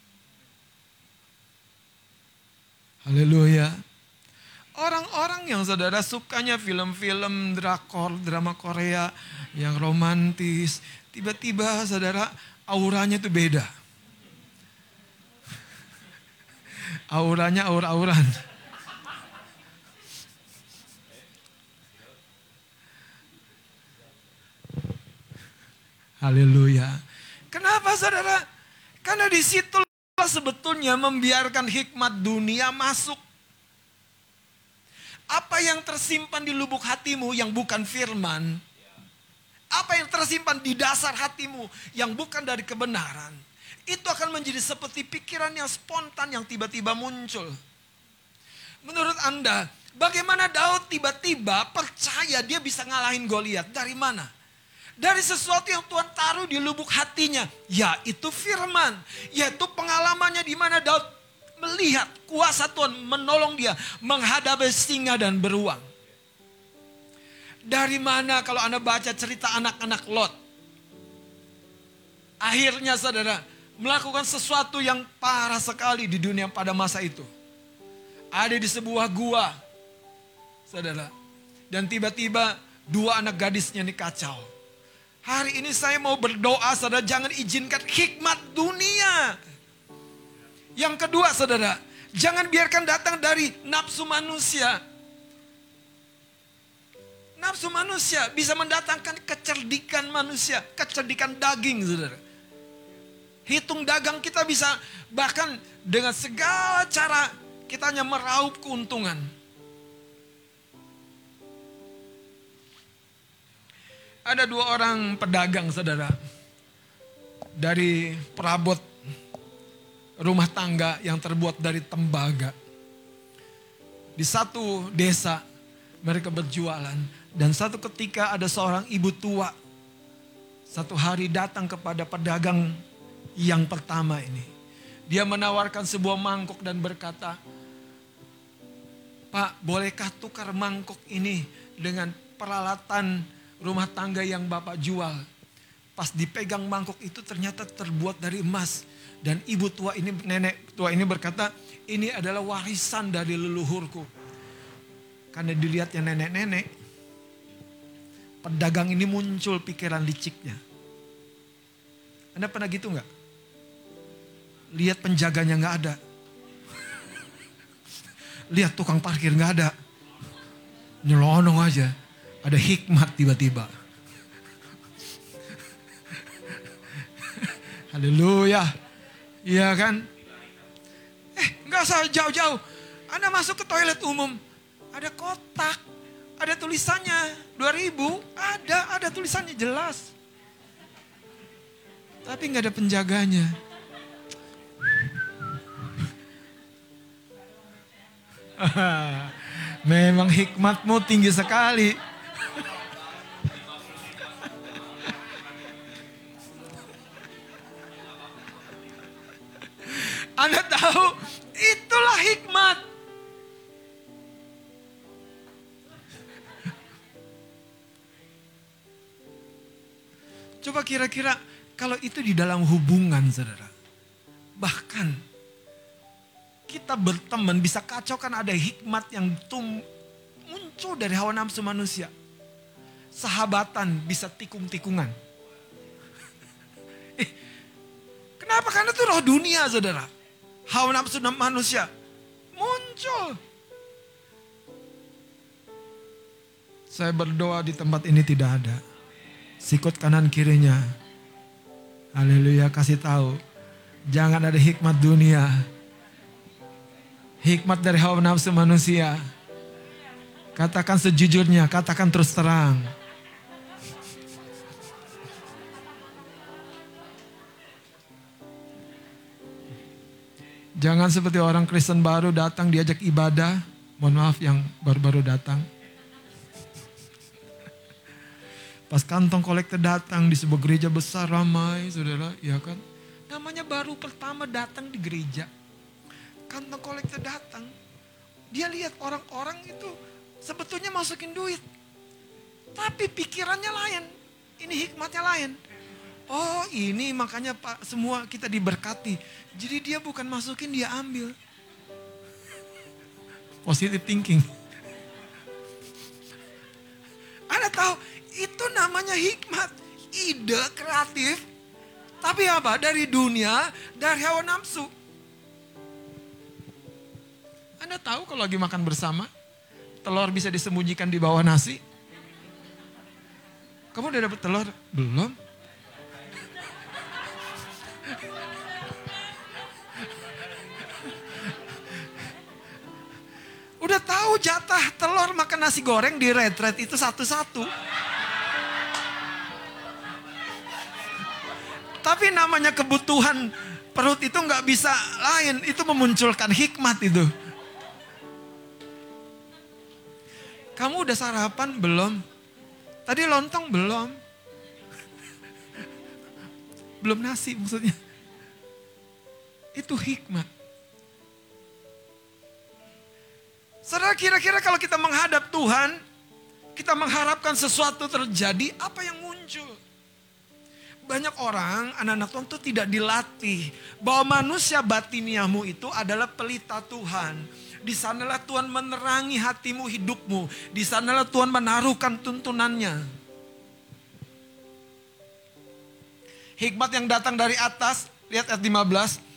Haleluya. Orang-orang yang saudara sukanya film-film, drakor, drama Korea yang romantis. Tiba-tiba saudara auranya itu beda. Auranya aur-auran. Haleluya. Kenapa saudara? Karena di situlah sebetulnya membiarkan hikmat dunia masuk. Apa yang tersimpan di lubuk hatimu yang bukan firman. Apa yang tersimpan di dasar hatimu yang bukan dari kebenaran. Itu akan menjadi seperti pikiran yang spontan yang tiba-tiba muncul. Menurut Anda, bagaimana Daud tiba-tiba percaya dia bisa ngalahin Goliat? Dari mana? Dari sesuatu yang Tuhan taruh di lubuk hatinya. Yaitu firman. Yaitu pengalamannya di mana Daud melihat kuasa Tuhan menolong dia menghadapi singa dan beruang. Dari mana kalau Anda baca cerita anak-anak Lot? Akhirnya saudara melakukan sesuatu yang parah sekali di dunia pada masa itu. Ada di sebuah gua, saudara. Dan tiba-tiba dua anak gadisnya ini kacau. Hari ini saya mau berdoa saudara, jangan izinkan hikmat dunia. Yang kedua saudara, jangan biarkan datang dari nafsu manusia. Nafsu manusia bisa mendatangkan kecerdikan manusia, kecerdikan daging, saudara. Hitung dagang kita bisa, bahkan dengan segala cara kita hanya meraup keuntungan. Ada 2 orang pedagang, saudara, dari perabot rumah tangga yang terbuat dari tembaga. Di satu desa mereka berjualan, dan satu ketika ada seorang ibu tua satu hari datang kepada pedagang yang pertama ini. Dia menawarkan sebuah mangkok dan berkata, "Pak, bolehkah tukar mangkok ini dengan peralatan rumah tangga yang Bapak jual?" Pas dipegang mangkok itu ternyata terbuat dari emas. Dan ibu tua ini, nenek tua ini berkata, "Ini adalah warisan dari leluhurku." Karena dilihatnya nenek-nenek, pedagang ini muncul pikiran liciknya. Anda pernah gitu nggak? Lihat penjaganya nggak ada. Lihat tukang parkir nggak ada. Nyelonong aja. Ada hikmat tiba-tiba. Haleluya. Iya kan? Nggak usah jauh-jauh. Anda masuk ke toilet umum. Ada kotak. Ada tulisannya 2.000. Ada tulisannya jelas. Tapi nggak ada penjaganya. Memang hikmatmu tinggi sekali. Anda tahu, itulah hikmat. Coba kira-kira kalau itu di dalam hubungan, saudara. Bahkan kita berteman bisa kacau kan ada hikmat yang muncul dari hawa nafsu manusia. Sahabatan bisa tikung-tikungan. Kenapa? Karena itu roh dunia, saudara. Hawa nafsu manusia muncul. Saya berdoa di tempat ini tidak ada. Sikut kanan kirinya. Haleluya, kasih tahu. Jangan ada hikmat dunia. Hikmat dari hawa nafsu manusia. Katakan sejujurnya, katakan terus terang. Jangan seperti orang Kristen baru datang diajak ibadah. Mohon maaf yang baru-baru datang. Pas kantong kolektor datang di sebuah gereja besar ramai, saudara, ya kan? Namanya baru pertama datang di gereja. Kantong kolektor datang, dia lihat orang-orang itu sebetulnya masukin duit. Tapi pikirannya lain, ini hikmatnya lain. Oh ini makanya Pak semua kita diberkati. Jadi dia bukan masukin, dia ambil. Positive thinking. Anda tahu, itu namanya hikmat, ide kreatif. Tapi apa? Dari dunia, dari hawa nafsu. Anda tahu kalau lagi makan bersama, telur bisa disembunyikan di bawah nasi? Kamu udah dapet telur? Belum? Udah tahu jatah telur makan nasi goreng di retret itu satu-satu. Tapi namanya kebutuhan perut itu nggak bisa lain. Itu memunculkan hikmat itu. Kamu udah sarapan belum? Tadi lontong belum? Belum nasi maksudnya. Itu hikmat. Saudara, kira-kira kalau kita menghadap Tuhan, kita mengharapkan sesuatu terjadi, apa yang muncul? Banyak orang, anak-anak Tuhan itu tidak dilatih bahwa manusia batiniahmu itu adalah pelita Tuhan. Di sanalah Tuhan menerangi hatimu, hidupmu. Di sanalah Tuhan menaruhkan tuntunannya. Hikmat yang datang dari atas, lihat ayat 15.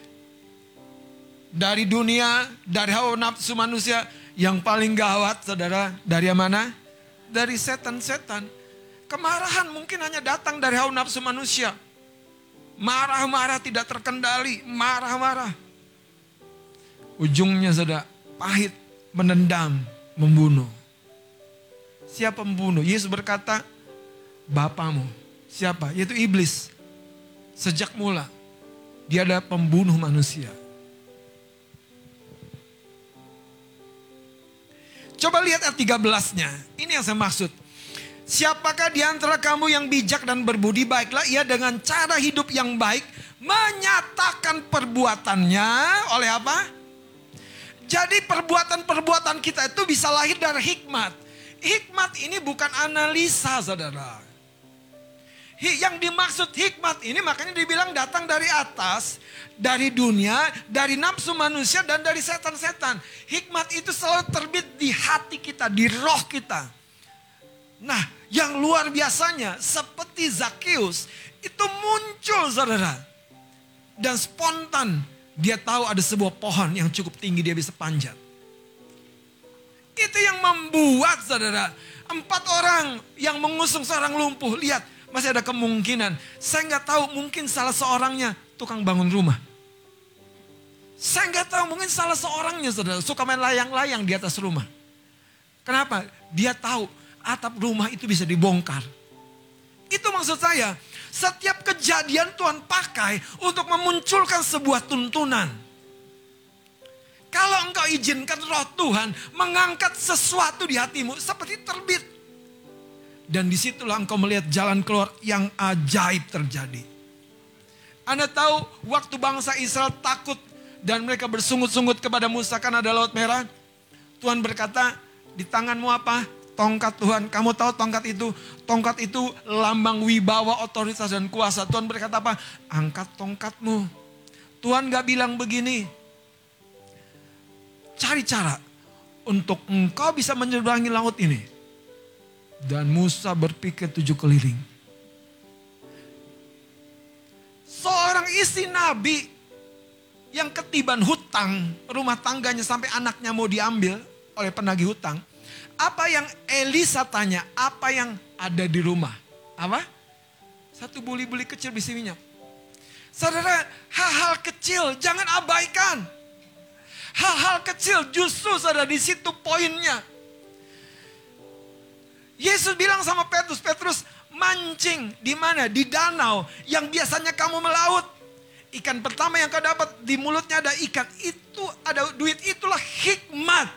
Dari dunia, dari hawa nafsu manusia, yang paling gawat, saudara, dari yang mana? dari setan-setan. Kemarahan mungkin hanya datang dari hawa nafsu manusia. Marah-marah tidak terkendali, marah-marah. Ujungnya sudah pahit, menendam, membunuh. Siapa membunuh? Yesus berkata, Bapamu. Siapa? Yaitu iblis. Sejak mula, dia adalah pembunuh manusia. Coba lihat ayat 13-nya. Ini yang saya maksud. Siapakah di antara kamu yang bijak dan berbudi baiklah ia dengan cara hidup yang baik menyatakan perbuatannya oleh apa? Jadi perbuatan-perbuatan kita itu bisa lahir dari hikmat. Hikmat ini bukan analisa, saudara. Yang dimaksud hikmat ini makanya dibilang datang dari atas, dari dunia, dari nafsu manusia dan dari setan-setan. Hikmat itu selalu terbit di hati kita, di roh kita. Nah, yang luar biasanya seperti Zakheus itu muncul, saudara. Dan spontan dia tahu ada sebuah pohon yang cukup tinggi dia bisa panjat. Itu yang membuat, saudara, 4 orang yang mengusung seorang lumpuh. Lihat, masih ada kemungkinan. Saya nggak tahu, mungkin salah seorangnya tukang bangun rumah. Saya nggak tahu, mungkin salah seorangnya, saudara, suka main layang-layang di atas rumah. Kenapa? Dia tahu atap rumah itu bisa dibongkar. Itu maksud saya. Setiap kejadian Tuhan pakai untuk memunculkan sebuah tuntunan. Kalau engkau izinkan roh Tuhan mengangkat sesuatu di hatimu seperti terbit. Dan disitulah engkau melihat jalan keluar yang ajaib terjadi. Anda tahu waktu bangsa Israel takut dan mereka bersungut-sungut kepada Musa karena ada Laut Merah. Tuhan berkata, di tanganmu apa? Tongkat Tuhan. Kamu tahu tongkat itu? Tongkat itu lambang wibawa, otoritas dan kuasa. Tuhan berkata apa? Angkat tongkatmu. Tuhan gak bilang begini. Cari cara untuk engkau bisa menyeberangi laut ini. Dan Musa berpikir 7 keliling. Seorang istri nabi yang ketiban hutang rumah tangganya sampai anaknya mau diambil oleh penagih hutang. Apa yang Elisa tanya? Apa yang ada di rumah? Apa? 1 buli-buli kecil bisi minyak. Saudara, hal-hal kecil jangan abaikan. Hal-hal kecil justru, saudara, di situ poinnya. Yesus bilang sama Petrus, Petrus mancing di mana? Di danau yang biasanya kamu melaut. Ikan pertama yang kau dapat di mulutnya ada ikan. Itu ada duit, itulah hikmat.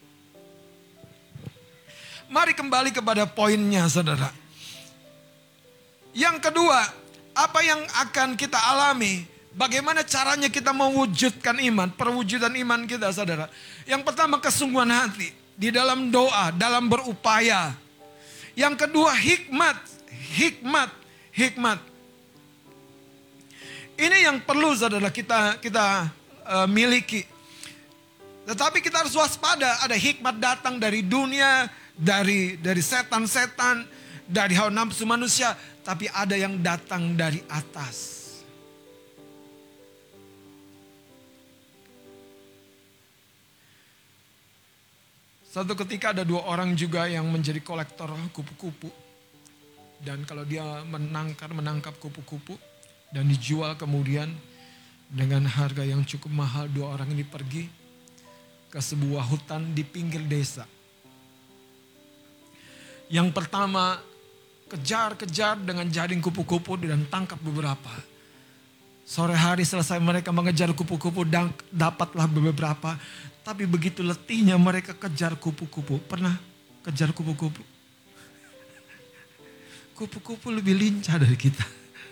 Mari kembali kepada poinnya, saudara. Yang kedua, apa yang akan kita alami? Bagaimana caranya kita mewujudkan iman, perwujudan iman kita, saudara. Yang pertama, kesungguhan hati. Di dalam doa, dalam berupaya. Yang kedua, hikmat. Hikmat. Ini yang perlu, saudara, kita miliki. Tetapi kita harus waspada. Ada hikmat datang dari dunia, dari setan-setan, dari hawa nafsu manusia, tapi ada yang datang dari atas. Satu ketika ada 2 orang juga yang menjadi kolektor kupu-kupu. Dan kalau dia menangkap kupu-kupu dan dijual kemudian dengan harga yang cukup mahal, 2 orang ini pergi ke sebuah hutan di pinggir desa. Yang pertama, kejar-kejar dengan jaring kupu-kupu dan tangkap beberapa. Sore hari selesai mereka mengejar kupu-kupu dan dapatlah beberapa. Tapi begitu letihnya mereka kejar kupu-kupu. Pernah kejar kupu-kupu? Kupu-kupu lebih lincah dari kita.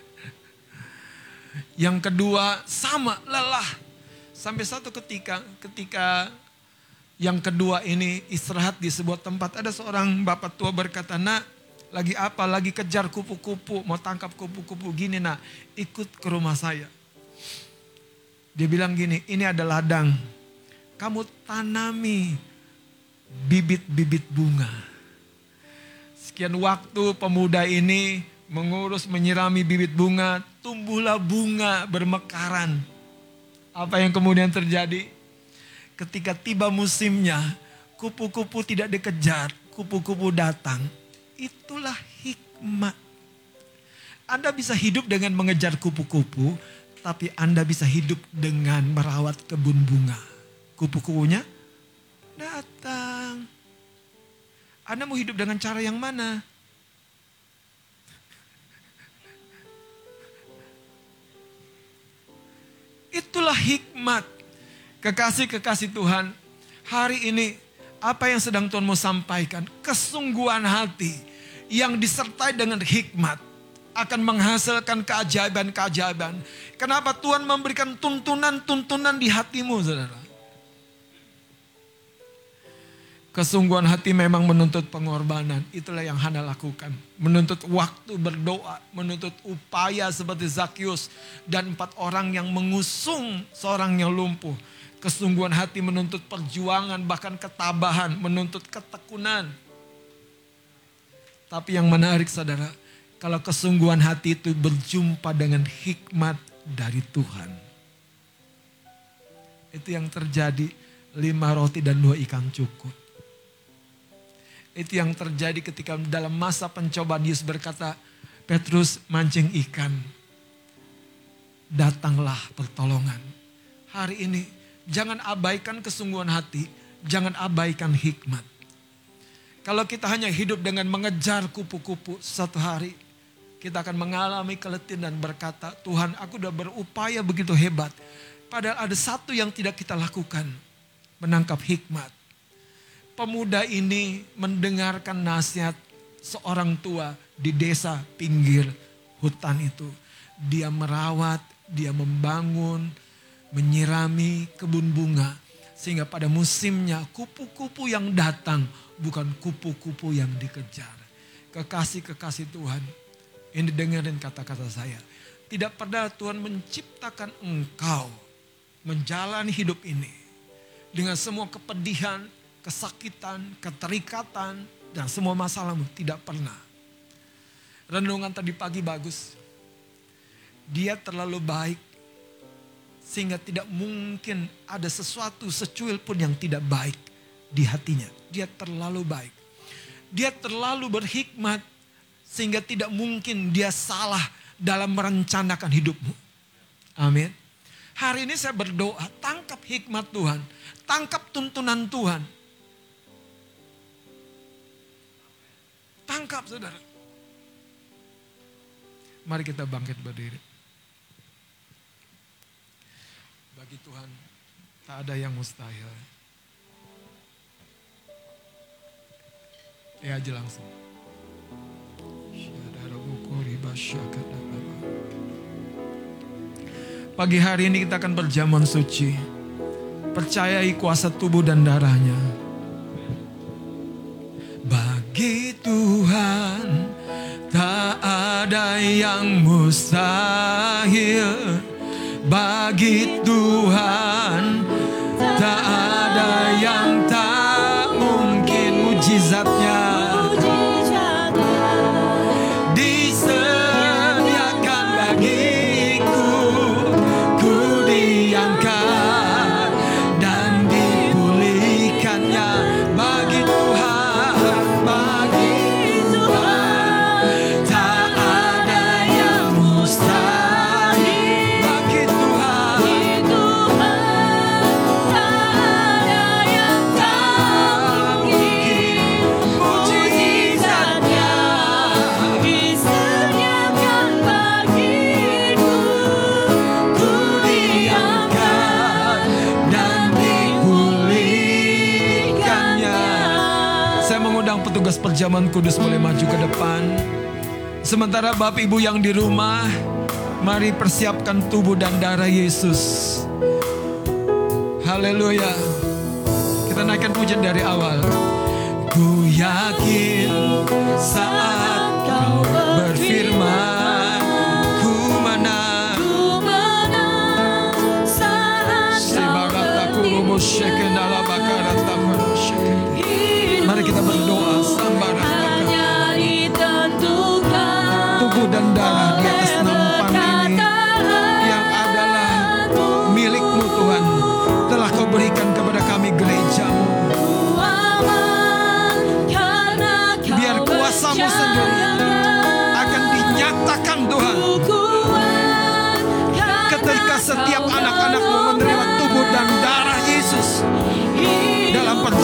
Yang kedua, sama lelah. Sampai satu ketika yang kedua ini istirahat di sebuah tempat. Ada seorang bapak tua berkata, nak, lagi apa? Lagi kejar kupu-kupu, mau tangkap kupu-kupu. Gini nak, ikut ke rumah saya. Dia bilang gini, ini ada ladang. Kamu tanami bibit-bibit bunga. Sekian waktu pemuda ini mengurus, menyirami bibit bunga. Tumbuhlah bunga bermekaran. Apa yang kemudian terjadi? Ketika tiba musimnya, kupu-kupu tidak dikejar, kupu-kupu datang. Itulah hikmat. Anda bisa hidup dengan mengejar kupu-kupu, tapi Anda bisa hidup dengan merawat kebun bunga. Kupu-kupunya datang. Anda mau hidup dengan cara yang mana? Itulah hikmat. Kekasih-kekasih Tuhan, hari ini apa yang sedang Tuhan mau sampaikan? Kesungguhan hati yang disertai dengan hikmat akan menghasilkan keajaiban-keajaiban. Kenapa Tuhan memberikan tuntunan-tuntunan di hatimu, saudara? Kesungguhan hati memang menuntut pengorbanan. Itulah yang Hana lakukan. Menuntut waktu berdoa. Menuntut upaya seperti Zakeus. Dan 4 orang yang mengusung seorang yang lumpuh. Kesungguhan hati menuntut perjuangan, bahkan ketabahan. Menuntut ketekunan. Tapi yang menarik, saudara, kalau kesungguhan hati itu berjumpa dengan hikmat dari Tuhan. Itu yang terjadi 5 roti dan 2 ikan cukup. Itu yang terjadi ketika dalam masa pencobaan Yesus berkata, Petrus mancing ikan. Datanglah pertolongan. Hari ini jangan abaikan kesungguhan hati, jangan abaikan hikmat. Kalau kita hanya hidup dengan mengejar kupu-kupu, satu hari kita akan mengalami keletihan dan berkata, Tuhan, aku sudah berupaya begitu hebat. Padahal ada satu yang tidak kita lakukan, menangkap hikmat. Pemuda ini mendengarkan nasihat seorang tua di desa pinggir hutan itu. Dia merawat, dia membangun, menyirami kebun bunga. Sehingga pada musimnya kupu-kupu yang datang bukan kupu-kupu yang dikejar. Kekasih-kekasih Tuhan, ini dengerin kata-kata saya. Tidak pernah Tuhan menciptakan engkau menjalani hidup ini dengan semua kepedihan, kesakitan, keterikatan, dan semua masalahmu. Tidak pernah. Renungan tadi pagi bagus. Dia terlalu baik sehingga tidak mungkin ada sesuatu secuil pun yang tidak baik di hatinya. Dia terlalu baik. Dia terlalu berhikmat sehingga tidak mungkin dia salah dalam merencanakan hidupmu. Amin. Hari ini saya berdoa, tangkap hikmat Tuhan, tangkap tuntunan Tuhan. Tangkap, saudara. Mari kita bangkit berdiri. Bagi Tuhan tak ada yang mustahil. Ya aja langsung. Pagi hari ini kita akan berjamuan suci. Percayai kuasa tubuh dan darahnya. Bagi Tuhan tak ada yang mustahil. Bagi Tuhan tak ada yang tak mungkin. Mujizatnya disediakan bagiku. Ku diangkat dan dipulihkannya. Bagi Tuhan, bagi Tuhan tak ada yang mustahil. Bagi Tuhan tak ada yang tak mungkin. Mujizatnya disediakan bagiku. Ku diangkat dan dipulihkannya. Saya mengundang petugas perjamuan kudus boleh maju ke depan. Sementara Bapak Ibu yang di rumah, mari persiapkan tubuh dan darah Yesus. Haleluya. Kita naikkan pujian dari awal. Ku yakin saat kau berfirman, ku menang. Sibarataku rumusyakin ala bakarataku rusyakin. Mari kita berdoa. Tubuh dan darah di atas nampan ini yang adalah milik-Mu Tuhan, telah Kau berikan kepada kami gereja-Mu.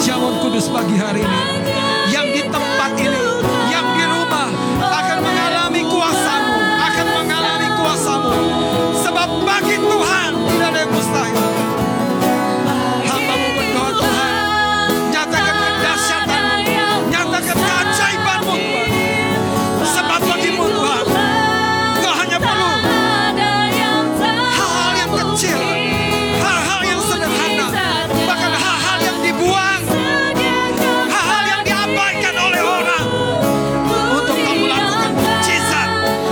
jamur kudus pagi hari ini. Yang di tempat ini, yang di rumah akan mengalami kuasa-Mu, akan mengalami kuasa-Mu. Sebab bagi Tuhan tidak ada yang mustahil. Hamba-Mu berdoa Tuhan, nyatakan kedahsyatan-Mu, nyatakan keajaiban-Mu Tuhan. Sebab bagi-Mu Tuhan, Engkau hanya perlu hal-hal yang kecil, hal-hal yang sederhana, bahkan hal-hal yang dibuang, hal-hal yang diabaikan oleh orang, untuk Kamu lakukan mukjizat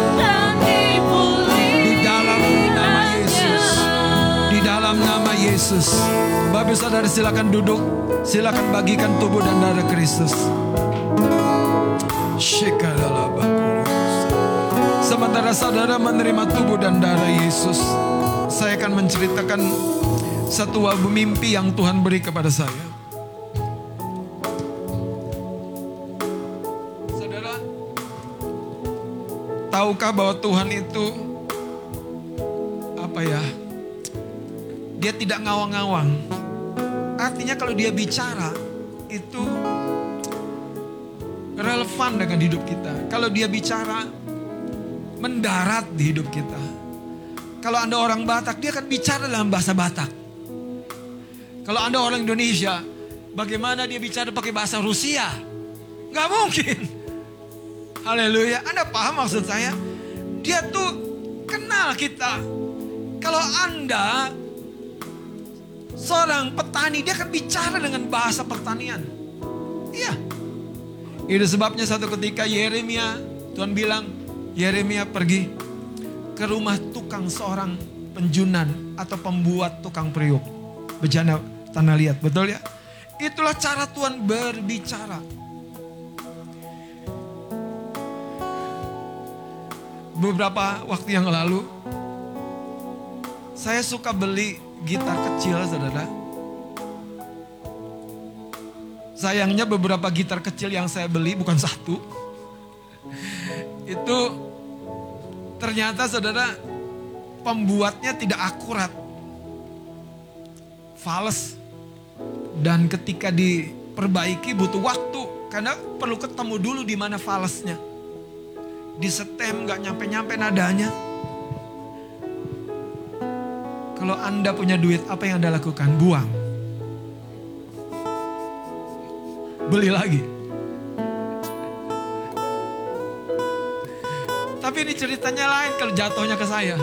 di dalam nama Yesus. Di dalam nama Yesus. Bapak saudara silakan duduk, silakan bagikan tubuh dan darah Kristus. Sementara saudara menerima tubuh dan darah Yesus, saya akan menceritakan satu buah mimpi yang Tuhan beri kepada saya. Saudara, tahukah bahwa Tuhan itu Dia tidak ngawang-ngawang. Artinya kalau Dia bicara itu relevan dengan hidup kita. Kalau Dia bicara mendarat di hidup kita. Kalau Anda orang Batak, Dia akan bicara dalam bahasa Batak. Kalau Anda orang Indonesia, bagaimana Dia bicara pakai bahasa Rusia? Gak mungkin. Haleluya. Anda paham maksud saya? Dia tuh kenal kita. Kalau Anda seorang petani, Dia akan bicara dengan bahasa pertanian. Iya. Itu sebabnya satu ketika Yeremia, Tuhan bilang, Yeremia pergi ke rumah tukang seorang penjunan atau pembuat tukang periuk. Bejana tanah liat, betul ya? Itulah cara Tuhan berbicara. Beberapa waktu yang lalu, saya suka beli gitar kecil, saudara. Sayangnya beberapa gitar kecil yang saya beli, bukan satu, itu ternyata saudara pembuatnya tidak akurat, fals, dan ketika diperbaiki butuh waktu karena perlu ketemu dulu di mana falsnya, di setem nggak nyampe nadanya. Kalau Anda punya duit, apa yang Anda lakukan? Buang, beli lagi. Tapi ini ceritanya lain kalau jatuhnya ke saya.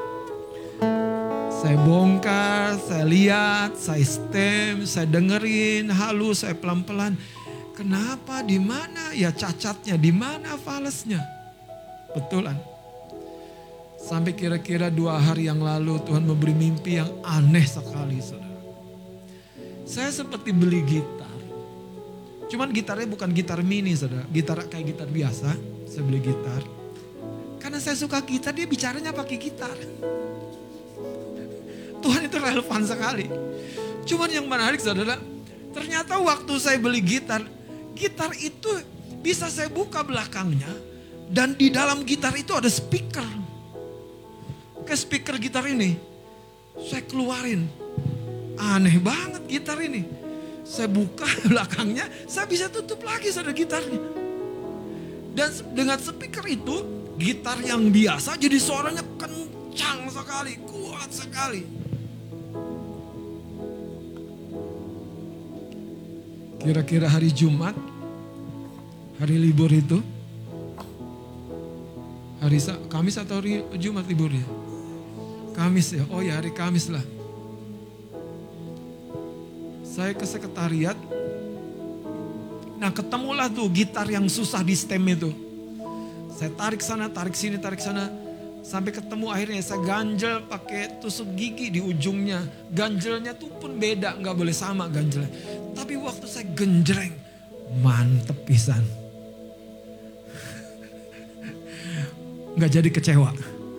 Saya bongkar, saya lihat, saya stem, saya dengerin halus, saya pelan-pelan. Kenapa? Di mana ya cacatnya? Di mana falesnya? Betulan. Sampai kira-kira 2 hari yang lalu Tuhan memberi mimpi yang aneh sekali, saudara. Saya seperti beli gitar. Cuman gitarnya bukan gitar mini, saudara. Gitar kayak gitar biasa. Saya beli gitar. Karena saya suka gitar, dia bicaranya pakai gitar. Tuhan itu relevan sekali. Cuman yang menarik, saudara, ternyata waktu saya beli gitar, gitar itu bisa saya buka belakangnya, dan di dalam gitar itu ada speaker. Kayak speaker gitar ini, saya keluarin. Aneh banget gitar ini. Saya buka belakangnya, saya bisa tutup lagi, saudara, gitarnya. Dan dengan speaker itu, gitar yang biasa jadi suaranya kencang sekali, kuat sekali. Kira-kira hari Jumat, hari libur itu, hari Kamis atau hari Jumat liburnya? Kamis ya, oh ya hari Kamis lah. Saya ke sekretariat, nah ketemulah tuh gitar yang susah di stem itu. Saya tarik sana, tarik sini, tarik sana. Sampai ketemu akhirnya saya ganjel pakai tusuk gigi di ujungnya. Ganjelnya tuh pun beda, gak boleh sama ganjelnya. Tapi waktu saya genjreng, mantep pisan. Gak jadi kecewa.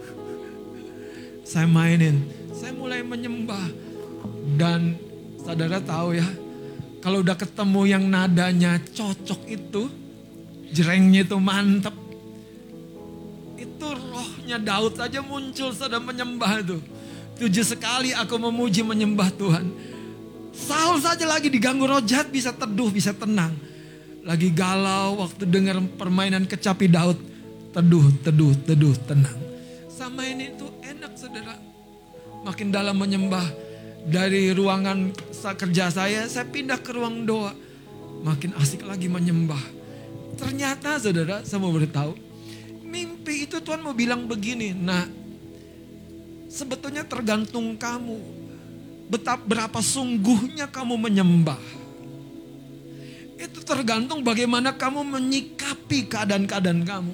Saya mainin, saya mulai menyembah. Dan saudara tahu ya, kalau udah ketemu yang nadanya cocok itu, jrengnya itu mantep. Itu rohnya Daud saja muncul sedang menyembah itu. 7 sekali aku memuji menyembah Tuhan. Saul saja lagi diganggu roh jahat bisa teduh, bisa tenang. Lagi galau waktu dengar permainan kecapi Daud. Teduh, tenang. Sama ini tuh enak saudara. Makin dalam menyembah. Dari ruangan kerja saya pindah ke ruang doa. Makin asik lagi menyembah. Ternyata saudara, saya mau beritahu. Mimpi itu Tuhan mau bilang begini. Nah, sebetulnya tergantung kamu. Berapa sungguhnya kamu menyembah. Itu tergantung bagaimana kamu menyikapi keadaan-keadaan kamu.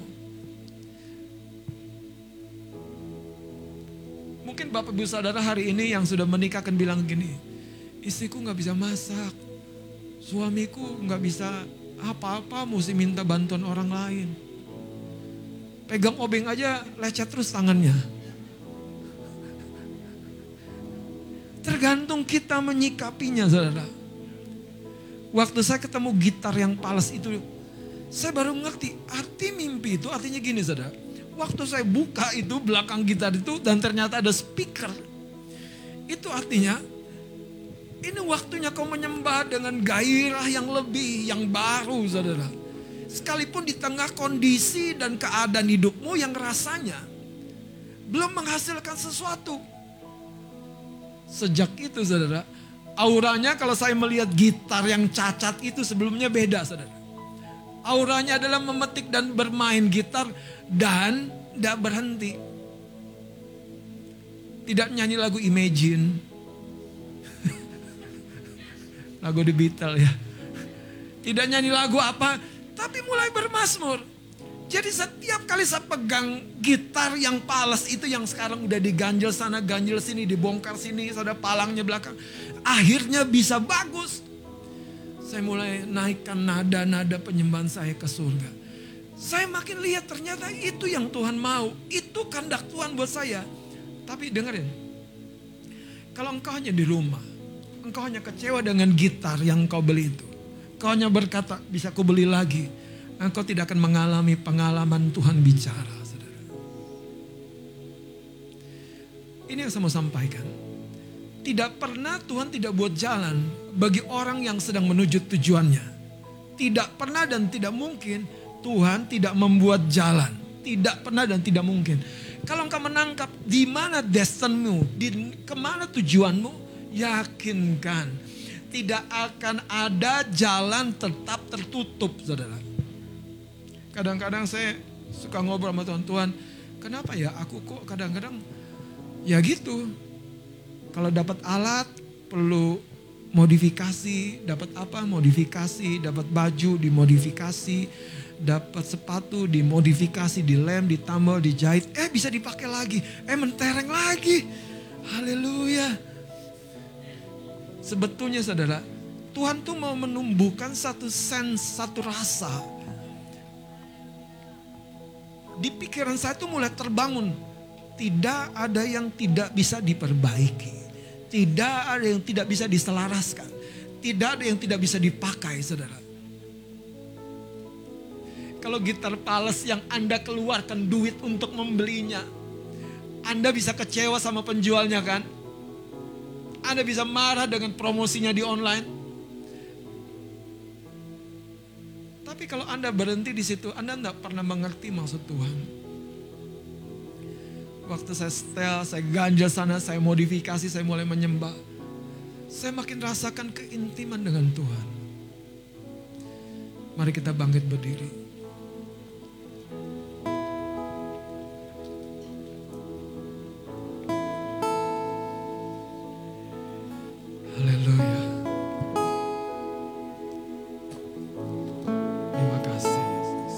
Mungkin Bapak Ibu Saudara hari ini yang sudah menikah akan bilang gini. Istriku gak bisa masak. Suamiku gak bisa apa-apa, mesti minta bantuan orang lain. Pegang obeng aja lecet terus tangannya. Tergantung kita menyikapinya saudara. Waktu saya ketemu gitar yang palas itu, saya baru ngerti arti mimpi itu artinya gini saudara. Waktu saya buka itu belakang gitar itu dan ternyata ada speaker. Itu artinya ini waktunya kau menyembah dengan gairah yang lebih, yang baru saudara. Sekalipun di tengah kondisi dan keadaan hidupmu yang rasanya belum menghasilkan sesuatu. Sejak itu saudara, auranya kalau saya melihat gitar yang cacat itu sebelumnya beda saudara. Auranya adalah memetik dan bermain gitar dan tidak berhenti. Tidak nyanyi lagu Imagine. Lagu The Beatles ya. Tidak nyanyi lagu apa, tapi mulai bermazmur. Jadi setiap kali saya pegang gitar yang palas itu yang sekarang udah diganjel sana, ganjel sini, dibongkar sini, ada palangnya belakang. Akhirnya bisa bagus. Saya mulai naikkan nada-nada penyembahan saya ke surga. Saya makin lihat ternyata itu yang Tuhan mau. Itu kehendak Tuhan buat saya. Tapi dengerin. Kalau engkau hanya di rumah, engkau hanya kecewa dengan gitar yang engkau beli itu. Engkau hanya berkata, bisa ku beli lagi. Engkau tidak akan mengalami pengalaman Tuhan bicara, saudara. Ini yang saya mau sampaikan. Tidak pernah Tuhan tidak buat jalan bagi orang yang sedang menuju tujuannya. Tidak pernah dan tidak mungkin Tuhan tidak membuat jalan. Tidak pernah dan tidak mungkin. Kalau engkau menangkap di mana destinimu, kemana tujuanmu, yakinkan. Tidak akan ada jalan tetap tertutup, saudara. Kadang-kadang saya suka ngobrol sama Tuhan, kenapa ya aku kok kadang-kadang ya gitu. Kalau dapat alat perlu modifikasi, dapat apa modifikasi, dapat baju dimodifikasi, dapat sepatu dimodifikasi, dilem, ditambal, dijahit, bisa dipakai lagi, mentereng lagi. Haleluya. Sebetulnya saudara, Tuhan tuh mau menumbuhkan satu sense, satu rasa. Di pikiran saya tuh mulai terbangun. Tidak ada yang tidak bisa diperbaiki. Tidak ada yang tidak bisa diselaraskan. Tidak ada yang tidak bisa dipakai, saudara. Kalau gitar palas yang Anda keluarkan duit untuk membelinya, Anda bisa kecewa sama penjualnya kan? Anda bisa marah dengan promosinya di online. Tapi kalau Anda berhenti di situ, Anda tidak pernah mengerti maksud Tuhan. Waktu saya setel, saya ganjel sana, saya modifikasi, saya mulai menyembah. Saya makin rasakan keintiman dengan Tuhan. Mari kita bangkit berdiri. Haleluya. Terima kasih Yesus.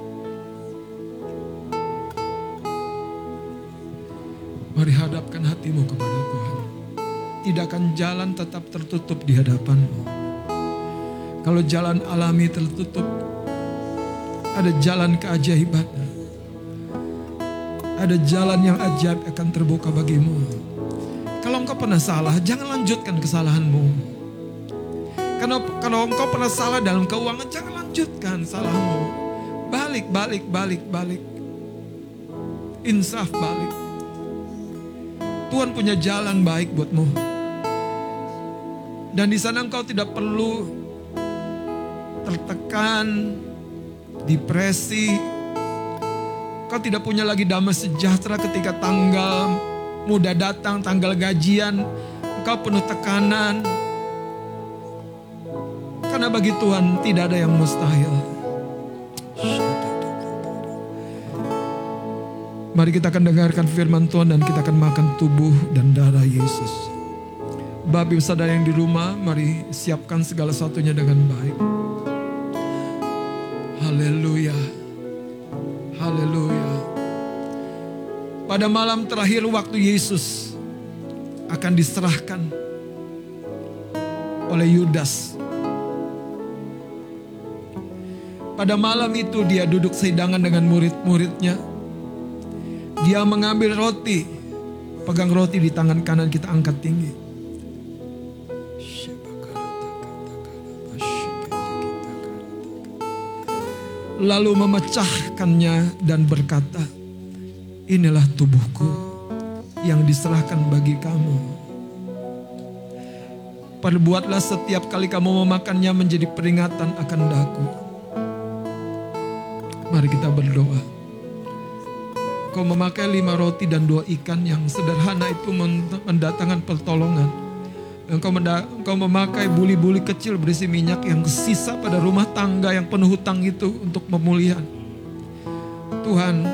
Mari hadapkan hatimu kepada Tuhan. Tidak akan jalan tetap tertutup di hadapanmu. Kalau jalan alami tertutup, ada jalan keajaiban. Ada jalan yang ajaib akan terbuka bagimu. Kalau engkau pernah salah, jangan lanjutkan kesalahanmu. Kalau engkau pernah salah dalam keuangan, jangan lanjutkan salahmu. Balik. Insaf balik. Tuhan punya jalan baik buatmu. Dan di sana engkau tidak perlu tertekan, depresi. Engkau tidak punya lagi damai sejahtera ketika tanggal muda datang, tanggal gajian. Engkau penuh tekanan. Karena bagi Tuhan tidak ada yang mustahil. Mari kita akan dengarkan firman Tuhan dan kita akan makan tubuh dan darah Yesus. Bapak Ibu Saudara yang di rumah, mari siapkan segala sesuatunya dengan baik. Haleluya. Haleluya. Pada malam terakhir waktu Yesus akan diserahkan oleh Yudas. Pada malam itu dia duduk sehidangan dengan murid-muridnya. Dia mengambil roti, pegang roti di tangan kanan, kita angkat tinggi. Lalu memecahkannya dan berkata, inilah tubuhku yang diserahkan bagi kamu. Perbuatlah setiap kali kamu memakannya menjadi peringatan akan daku. Mari kita berdoa. Kau memakai 5 roti dan 2 ikan yang sederhana itu mendatangkan pertolongan. Engkau memakai buli-buli kecil berisi minyak yang sisa pada rumah tangga yang penuh hutang itu untuk pemulihan. Tuhan,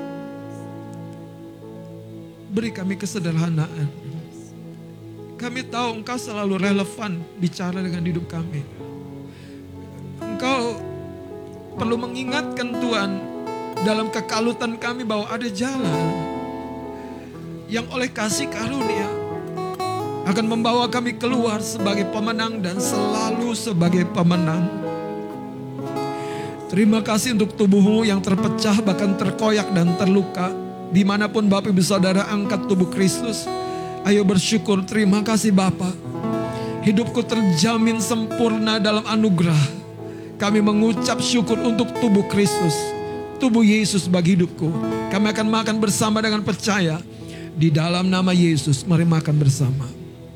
beri kami kesederhanaan. Kami tahu Engkau selalu relevan bicara dengan hidup kami. Engkau perlu mengingatkan Tuhan dalam kekalutan kami bahwa ada jalan yang oleh kasih karunia akan membawa kami keluar sebagai pemenang dan selalu sebagai pemenang. Terima kasih untuk tubuhmu yang terpecah bahkan terkoyak dan terluka. Dimanapun Bapak Ibu Saudara angkat tubuh Kristus, ayo bersyukur. Terima kasih Bapa, hidupku terjamin sempurna dalam anugerah. Kami mengucap syukur untuk tubuh Kristus, tubuh Yesus bagi hidupku. Kami akan makan bersama dengan percaya. Di dalam nama Yesus, mari makan bersama.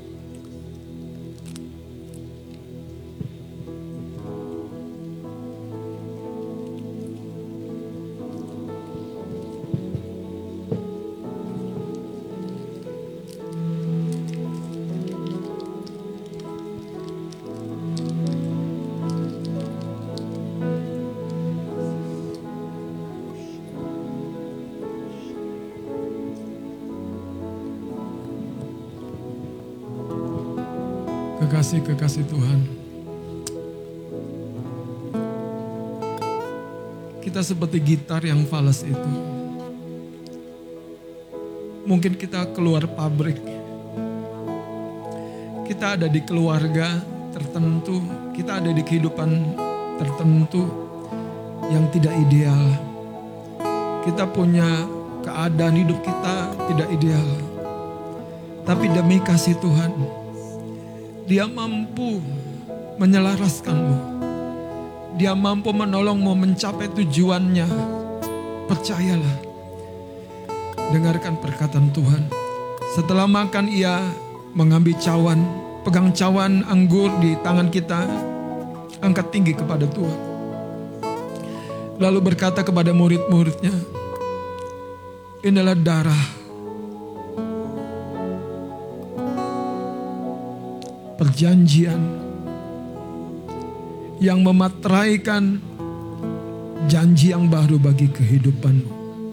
Kekasih Tuhan, kita seperti gitar yang falas itu. Mungkin kita keluar pabrik, kita ada di keluarga tertentu, kita ada di kehidupan tertentu yang tidak ideal. Kita punya keadaan hidup kita tidak ideal. Tapi demi kasih Tuhan, Dia mampu menyelaraskanmu. Dia mampu menolongmu mencapai tujuannya. Percayalah. Dengarkan perkataan Tuhan. Setelah makan ia mengambil cawan. Pegang cawan anggur di tangan kita. Angkat tinggi kepada Tuhan. Lalu berkata kepada murid-muridnya, inilah darah perjanjian yang memateraikan janji yang baru bagi kehidupanmu.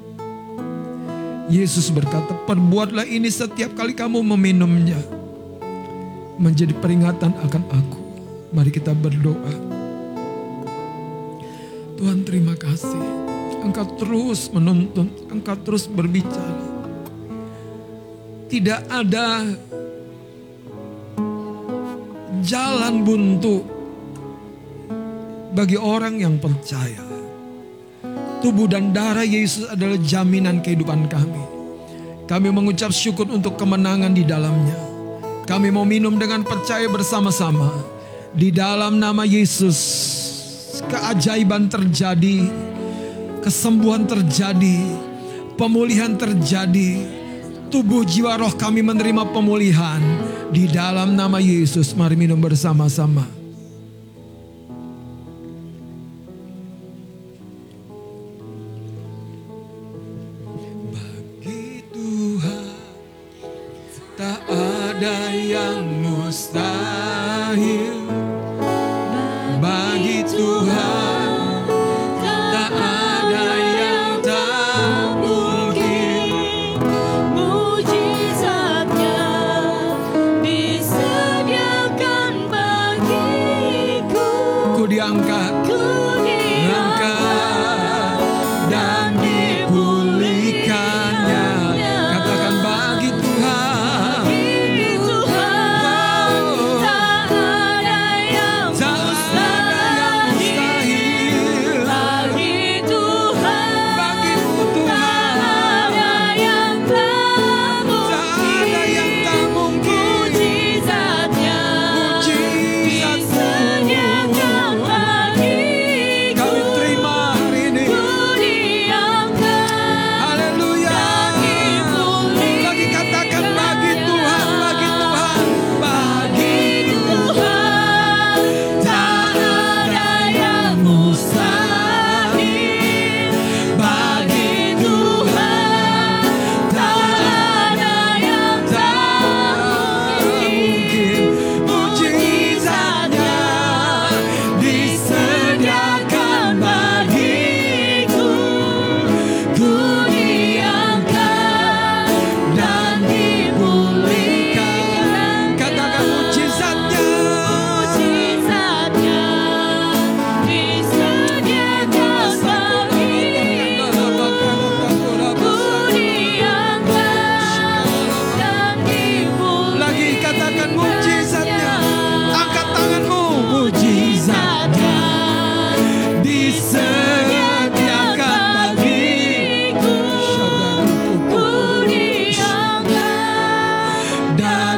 Yesus berkata, perbuatlah ini setiap kali kamu meminumnya menjadi peringatan akan aku. Mari kita berdoa. Tuhan, terima kasih. Engkau terus menuntun, Engkau terus berbicara. Tidak ada jalan buntu bagi orang yang percaya. Tubuh dan darah Yesus adalah jaminan kehidupan kami. Kami mengucap syukur untuk kemenangan di dalamnya. Kami mau minum dengan percaya bersama-sama. Di dalam nama Yesus, keajaiban terjadi, kesembuhan terjadi, pemulihan terjadi, tubuh, jiwa, roh kami menerima pemulihan. Di dalam nama Yesus, mari minum bersama-sama. Bagi Tuhan tak ada yang mustahil. Bagi Tuhan tak ada yang tak mungkin. Mujizatnya disediakan bagiku. Ku diangkat, Ku diangkat dan dipulihkannya. Katakan bagi Tuhan. bagi Tuhan tak ada yang mustahil. Bagi Tuhan Bagimu Tuhan, ada yang tak tak ada yang tak mungkin. Mujizatnya disediakan bagiku. Kami terima hari ini. Ku diangkat Haleluya. dipulihkan. Lagi katakan bagi Tuhan, bagi Tuhan, bagi Tuhan tak ada yang mustahil. Bagi Tuhan tak ada yang tak mungkin. Mujizatnya disediakan bagiku. Ku diangkat dan dipulihkan. katakan mujizatnya. Mujizatnya disediakan bagiku. Ku diangkat dan dipulihkan. Lagi katakan mujizatnya. Angkat tanganmu. Mujizatnya disediakan bagiku. Ku diangkat Dan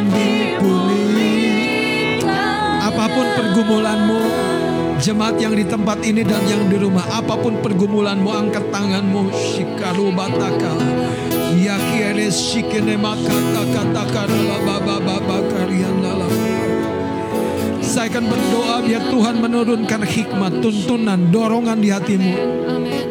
dipulihkan. apapun pergumulanmu, jemaat yang di tempat ini dan yang di rumah, apapun pergumulanmu, angkat tanganmu. Shikaru bataka, yakiere shikene makata kata karala baba baba karyandala. Saya akan berdoa biar Tuhan menurunkan hikmat, tuntunan, dorongan di hatimu. Amin.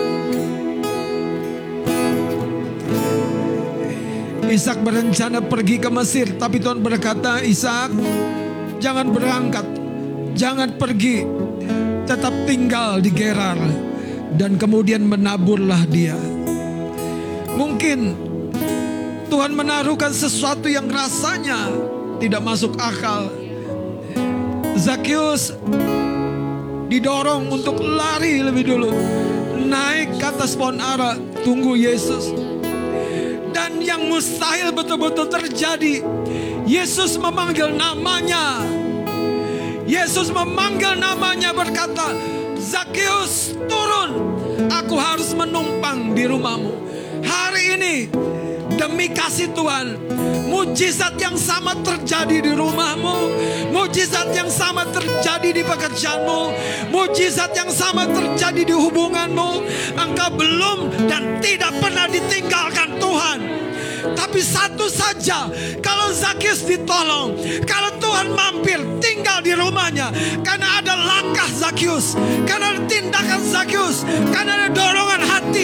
Ishak berencana pergi ke Mesir, tapi Tuhan berkata, Ishak, jangan berangkat, jangan pergi, tetap tinggal di Gerar. Dan kemudian menaburlah dia. Mungkin Tuhan menaruhkan sesuatu yang rasanya tidak masuk akal. Zakheus didorong untuk lari lebih dulu, naik ke atas pohon ara, tunggu Yesus. Dan yang mustahil betul-betul terjadi. Yesus memanggil namanya. Yesus memanggil namanya, berkata, Zakheus, turun, aku harus menumpang di rumahmu. Hari ini demi kasih Tuhan, mujizat yang sama terjadi di rumahmu, mujizat yang sama terjadi di pekerjaanmu, mujizat yang sama terjadi di hubunganmu. Engkau belum dan tidak pernah ditinggalkan Tuhan. Tapi satu saja, kalau Zakheus ditolong, kalau Tuhan mampir tinggal di rumahnya, karena ada langkah Zakheus, karena ada tindakan Zakheus, karena ada dorongan hati.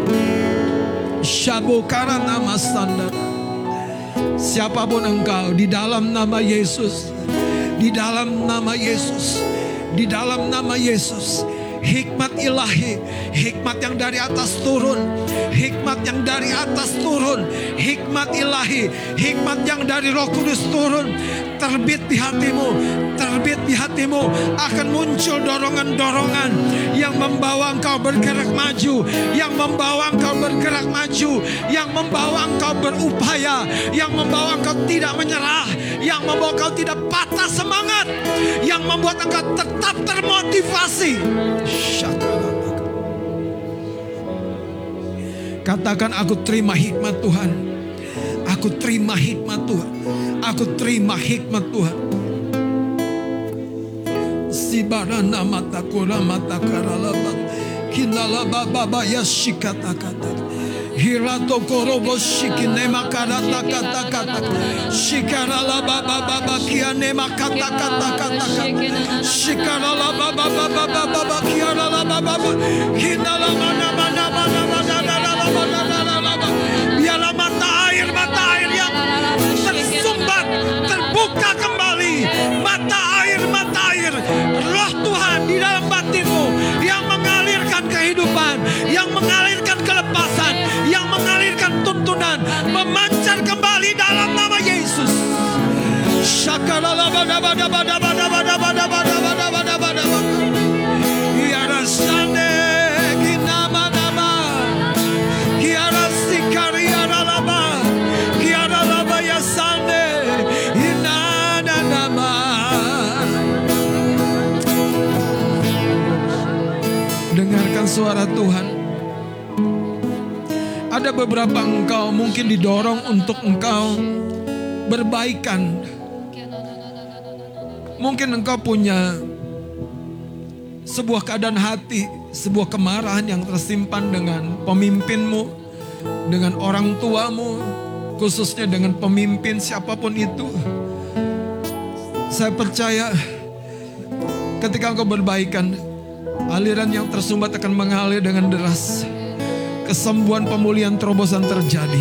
Syabukara nama standar. Siapapun engkau, di dalam nama Yesus, di dalam nama Yesus, di dalam nama Yesus, hikmat ilahi, hikmat yang dari atas turun, hikmat yang dari atas turun, hikmat ilahi, hikmat yang dari Roh Kudus turun, terbit di hatimu, terbit di hatimu. Akan muncul dorongan-dorongan yang membawa engkau bergerak maju, yang membawa engkau bergerak maju, yang membawa engkau berupaya, yang membawa engkau tidak menyerah, yang membawa engkau tidak patah semangat, yang membuat engkau tetap termotivasi. Katakan, aku terima hikmat Tuhan. Aku terima hikmat Tuhan. Aku terima hikmat Tuhan. Sibarana mata kura mata karalabat. Kinala baba ya shikata kata. Hirato korobo shikine makarata kata kata. Shikarala baba baba kiane makata kata kata. Shikarala baba baba baba kiarala baba. Hinala mana mana mana mana. Biarlah mata air yang tersumbat terbuka kembali. Mata air Roh Tuhan di dalam batinmu yang mengalirkan kehidupan, yang mengalirkan kelepasan, yang mengalirkan tuntunan, memancar kembali dalam nama Yesus. Dengarkan suara Tuhan. Ada beberapa engkau mungkin didorong untuk engkau berbaikan. Mungkin engkau punya sebuah keadaan hati, sebuah kemarahan yang tersimpan dengan pemimpinmu, dengan orang tuamu, khususnya dengan pemimpin siapapun itu. Saya percaya ketika engkau berbaikan, aliran yang tersumbat akan mengalir dengan deras. Kesembuhan, pemulihan, terobosan terjadi.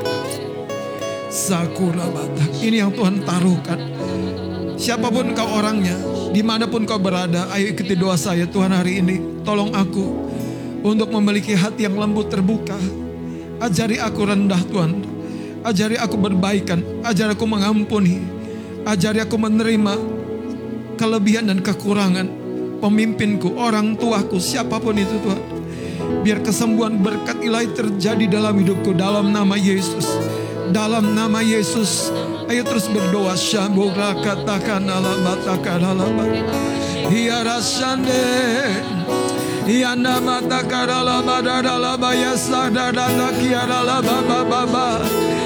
Sakura batak. Ini yang Tuhan taruhkan. Siapapun kau orangnya, dimanapun kau berada, ayo ikuti doa saya. Tuhan, hari ini tolong aku untuk memiliki hati yang lembut terbuka. Ajari aku rendah Tuhan. Ajari aku berbaikan. Ajari aku mengampuni. Ajari aku menerima kelebihan dan kekurangan pemimpinku, orang tuaku, siapapun itu Tuhan. Biar kesembuhan berkat ilahi terjadi dalam hidupku, dalam nama Yesus. Dalam nama Yesus. Ayo terus berdoa. Syabura katakan alamataka alamat. Hiarasande. Hiana mataka alamat alamat yasadada kiara baba.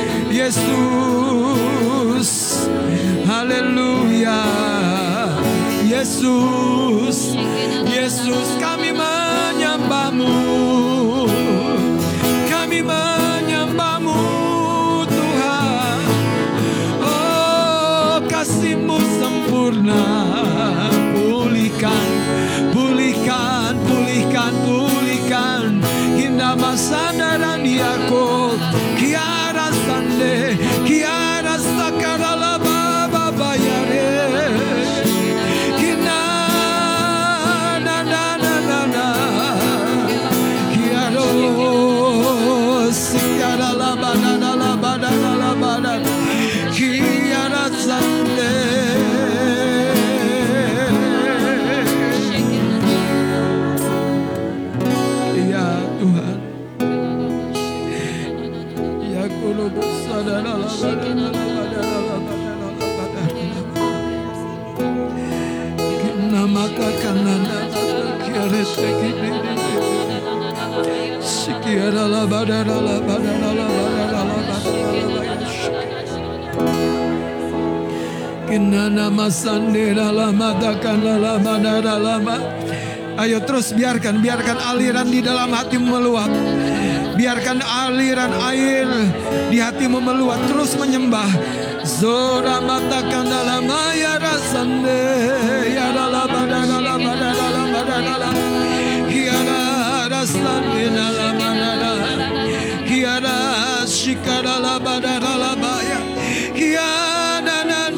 Yesus. Haleluya. Yesus, Yesus, kami menyembahmu, kami menyembahmu Tuhan. Oh, kasih-Mu sempurna, pulihkan, pulihkan, pulihkan, pulihkan. Indah masa dan diako, kiara sande, kiara sakarala baba bayare. Ayo terus biarkan aliran di dalam hatimu meluap. Biarkan aliran air di hatimu meluap. Terus menyembah. Zora matakan dalam ayat rasande ya dalam dalam kiara rasande dalam kiara shikara la badala baya kiara na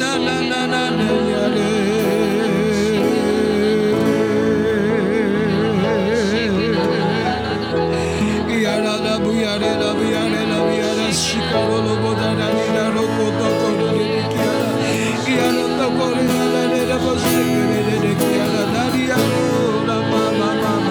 kiara la buyare shikaro lo bodana ni roko toko kiara toko la boseke kiara daria la mama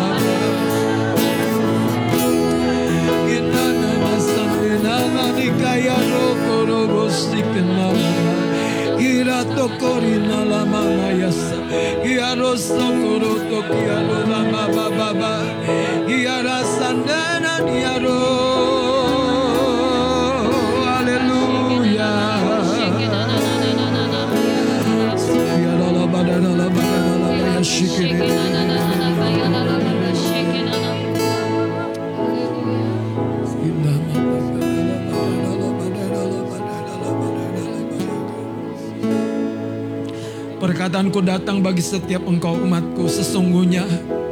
kinana masande nana nikaya roko lo bosike mama kira toko rina la mama yasa kiara sokoro to kiara la mama baba kiara sandana niaro. Perkataanku datang bagi setiap engkau umatku. Sesungguhnya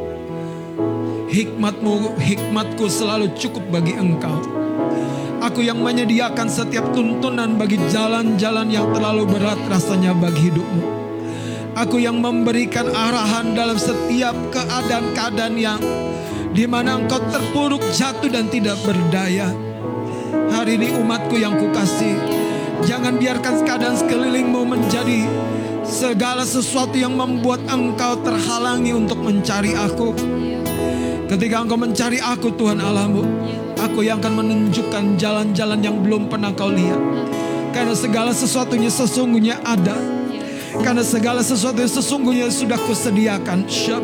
hikmatku selalu cukup bagi engkau. Aku yang menyediakan setiap tuntunan bagi jalan-jalan yang terlalu berat rasanya bagi hidupmu. Aku yang memberikan arahan dalam setiap keadaan-keadaan yang dimana engkau terpuruk, jatuh dan tidak berdaya. Hari ini umatku yang kukasih, jangan biarkan keadaan sekelilingmu menjadi segala sesuatu yang membuat engkau terhalangi untuk mencari aku. Ketika engkau mencari aku, Tuhan Allahmu, aku yang akan menunjukkan jalan-jalan yang belum pernah kau lihat. Karena segala sesuatunya sesungguhnya ada. Karena segala sesuatu yang sesungguhnya sudah kusediakan.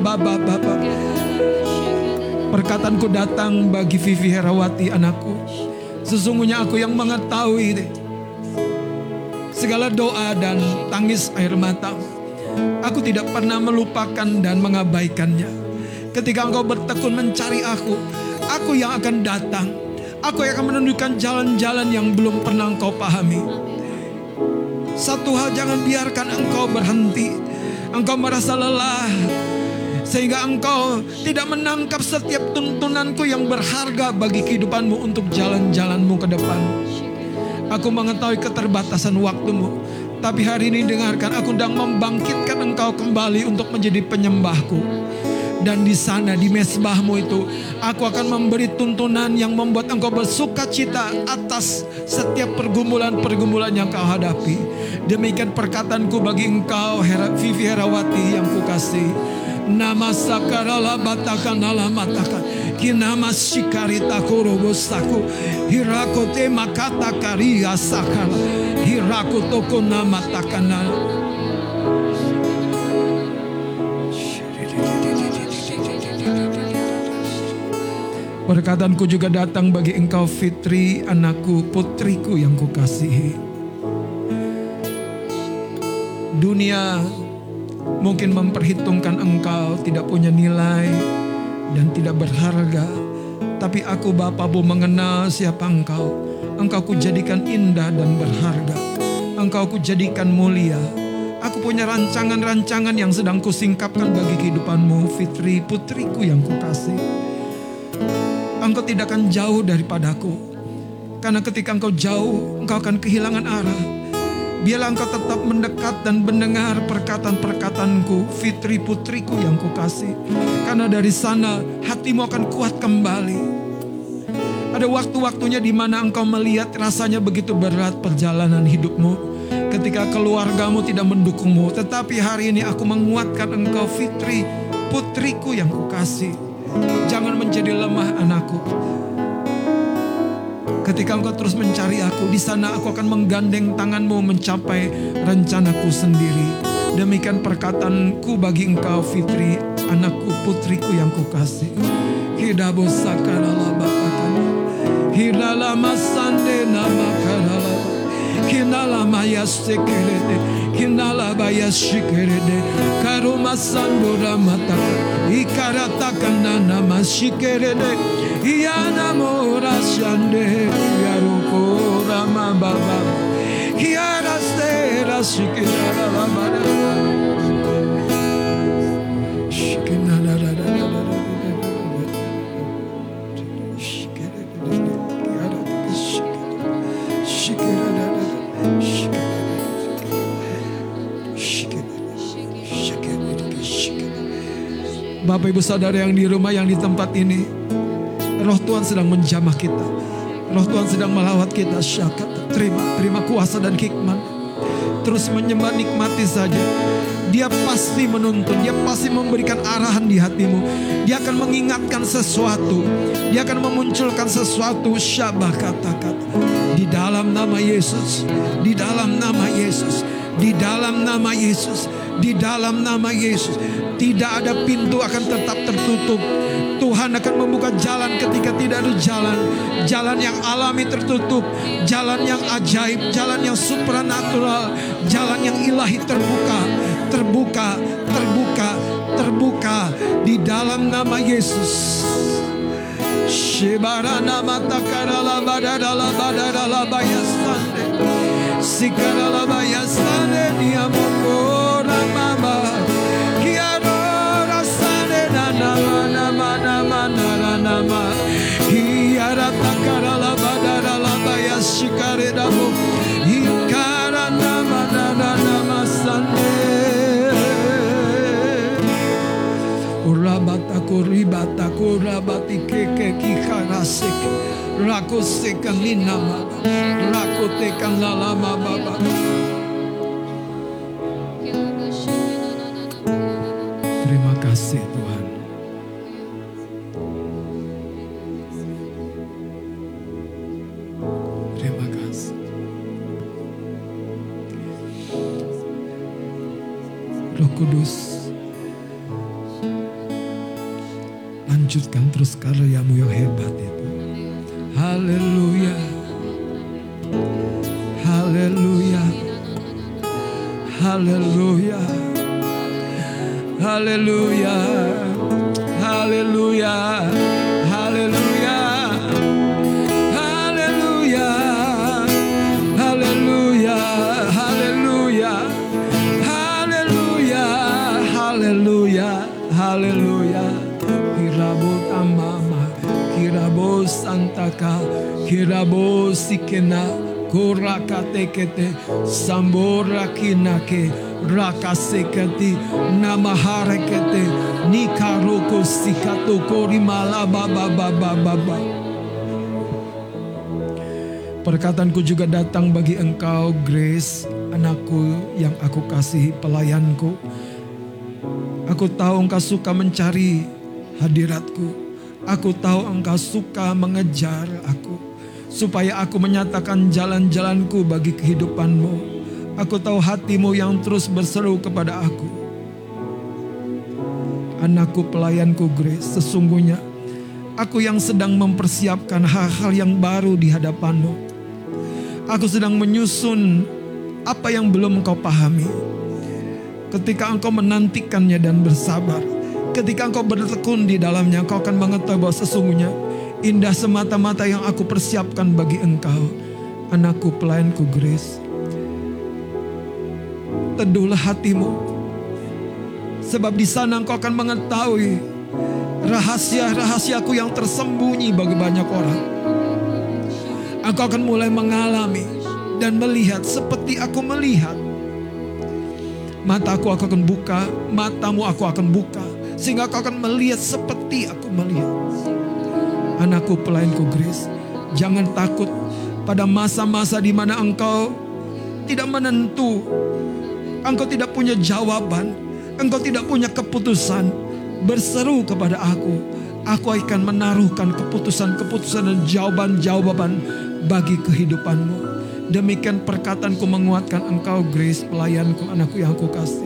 Perkataanku datang bagi Vivi Herawati anakku. Sesungguhnya aku yang mengetahui segala doa dan tangis air mata. Aku tidak pernah melupakan dan mengabaikannya. Ketika engkau bertekun mencari aku yang akan datang. Aku yang akan menunjukkan jalan-jalan yang belum pernah engkau pahami. Satu hal, jangan biarkan engkau berhenti. Engkau merasa lelah sehingga engkau tidak menangkap setiap tuntunanku yang berharga bagi kehidupanmu untuk jalan-jalanmu ke depan. Aku mengetahui keterbatasan waktumu, tapi hari ini dengarkan, aku sedang membangkitkan engkau kembali untuk menjadi penyembahku. Dan di sana, di mesbahmu itu, aku akan memberi tuntunan yang membuat engkau bersuka cita atas setiap pergumulan-pergumulan yang kau hadapi. Demikian perkataanku bagi engkau, Vivi Herawati yang kukasih. Nama sakarala batakan alamataka, kinama shikarita korobosaku, hirakote makata karia sakala, hirakotoko nama takana. Perkataanku juga datang bagi engkau Fitri, anakku, putriku yang kukasihi. Dunia mungkin memperhitungkan engkau tidak punya nilai dan tidak berharga. Tapi aku Bapamu mengenal siapa engkau. Engkau kujadikan indah dan berharga. Engkau kujadikan mulia. Aku punya rancangan-rancangan yang sedang kusingkapkan bagi kehidupanmu, Fitri, putriku yang kukasih. Engkau tidak akan jauh daripadaku. Karena ketika engkau jauh, engkau akan kehilangan arah. Biarlah engkau tetap mendekat dan mendengar perkataan-perkataanku, Fitri putriku yang kukasih. Karena dari sana hatimu akan kuat kembali. Ada waktu-waktunya di mana engkau melihat rasanya begitu berat perjalanan hidupmu. Ketika keluargamu tidak mendukungmu. Tetapi hari ini aku menguatkan engkau, Fitri putriku yang kukasih. Jangan menjadi lemah anakku. Ketika engkau terus mencari aku, di sana aku akan menggandeng tanganmu mencapai rencanaku sendiri. Demikian perkataanku bagi engkau, Fitri, anakku, putriku yang kukasih. Hidabo sakarala batakan, hidala masande nama karala, hinala maya sekerede, hinala baya shikerede, karuma sandora mataka. Ikarataka nama shikerede, iyana mora shande, yaroko rama baba, hiara stera shikera baba, shikena la la la la la, shikera shikera la la, Bapak Ibu Saudara yang di rumah, yang di tempat ini, Roh Tuhan sedang menjamah kita. Roh Tuhan sedang melawat kita. Syakat, terima kuasa dan hikmat. Terus menyembah, nikmati saja. Dia pasti menuntun, dia pasti memberikan arahan di hatimu. Dia akan mengingatkan sesuatu, dia akan memunculkan sesuatu. Syabah kata-kata. Di dalam nama Yesus, di dalam nama Yesus, di dalam nama Yesus, di dalam nama Yesus. Tidak ada pintu akan tetap tertutup. Tuhan akan membuka jalan ketika tidak ada jalan. Jalan yang alami tertutup, jalan yang ajaib, jalan yang supranatural, jalan yang ilahi terbuka, terbuka, terbuka, terbuka di dalam nama Yesus. Shibarana matakarala badadala badadala bayasande, sikarala bayasande diamoko mama. Kiaro rasane na nama nama nama nara nama. Kiara takara la badara la baya shikare damu. Hikara nama nana nama sane. Urabataku rabati keke kikarasek. Rako sekan linama. Rako tekan lalama baba. Terima kasih Tuhan. Terima kasih. Roh Kudus, lanjutkan terus karyamu yang hebat itu. Haleluya. Haleluya. Haleluya. Haleluya. Haleluya. Haleluya. Haleluya. Haleluya. Haleluya. Haleluya. Haleluya. Haleluya. Kirabut amama, kirabo santaka, kirabo sikena, koraka tekete, sambora kinake, rakasekati, namaharekete, nikaroko sikato korimala baba baba baba. Perkataanku juga datang bagi engkau, Grace, anakku yang aku kasihi, pelayanku. Aku tahu engkau suka mencari hadiratku. Aku tahu engkau suka mengejar aku, supaya aku menyatakan jalan-jalanku bagi kehidupanmu. Aku tahu hatimu yang terus berseru kepada aku. Anakku, pelayanku Grace, sesungguhnya aku yang sedang mempersiapkan hal-hal yang baru di hadapanmu. Aku sedang menyusun apa yang belum engkau pahami. Ketika engkau menantikannya dan bersabar, ketika engkau bertekun di dalamnya, engkau akan mengetahui bahwa sesungguhnya indah semata-mata yang aku persiapkan bagi engkau. Anakku, pelayanku Grace, teduhlah hatimu, sebab di sana engkau akan mengetahui rahasia-rahasiaku yang tersembunyi bagi banyak orang. Engkau akan mulai mengalami dan melihat seperti aku melihat. Mataku aku akan buka, matamu aku akan buka, sehingga kau akan melihat seperti aku melihat. Anakku, pelayanku Grace, jangan takut pada masa-masa di mana engkau tidak menentu, engkau tidak punya jawaban, engkau tidak punya keputusan. Berseru kepada aku, aku akan menaruhkan keputusan-keputusan dan jawaban-jawaban bagi kehidupanmu. Demikian perkataanku menguatkan engkau, Grace, pelayanku, anakku yang aku kasih.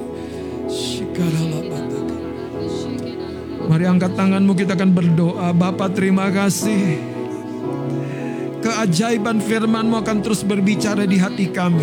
Mari angkat tanganmu, kita akan berdoa. Bapa, terima kasih. Keajaiban firman-Mu akan terus berbicara di hati kami.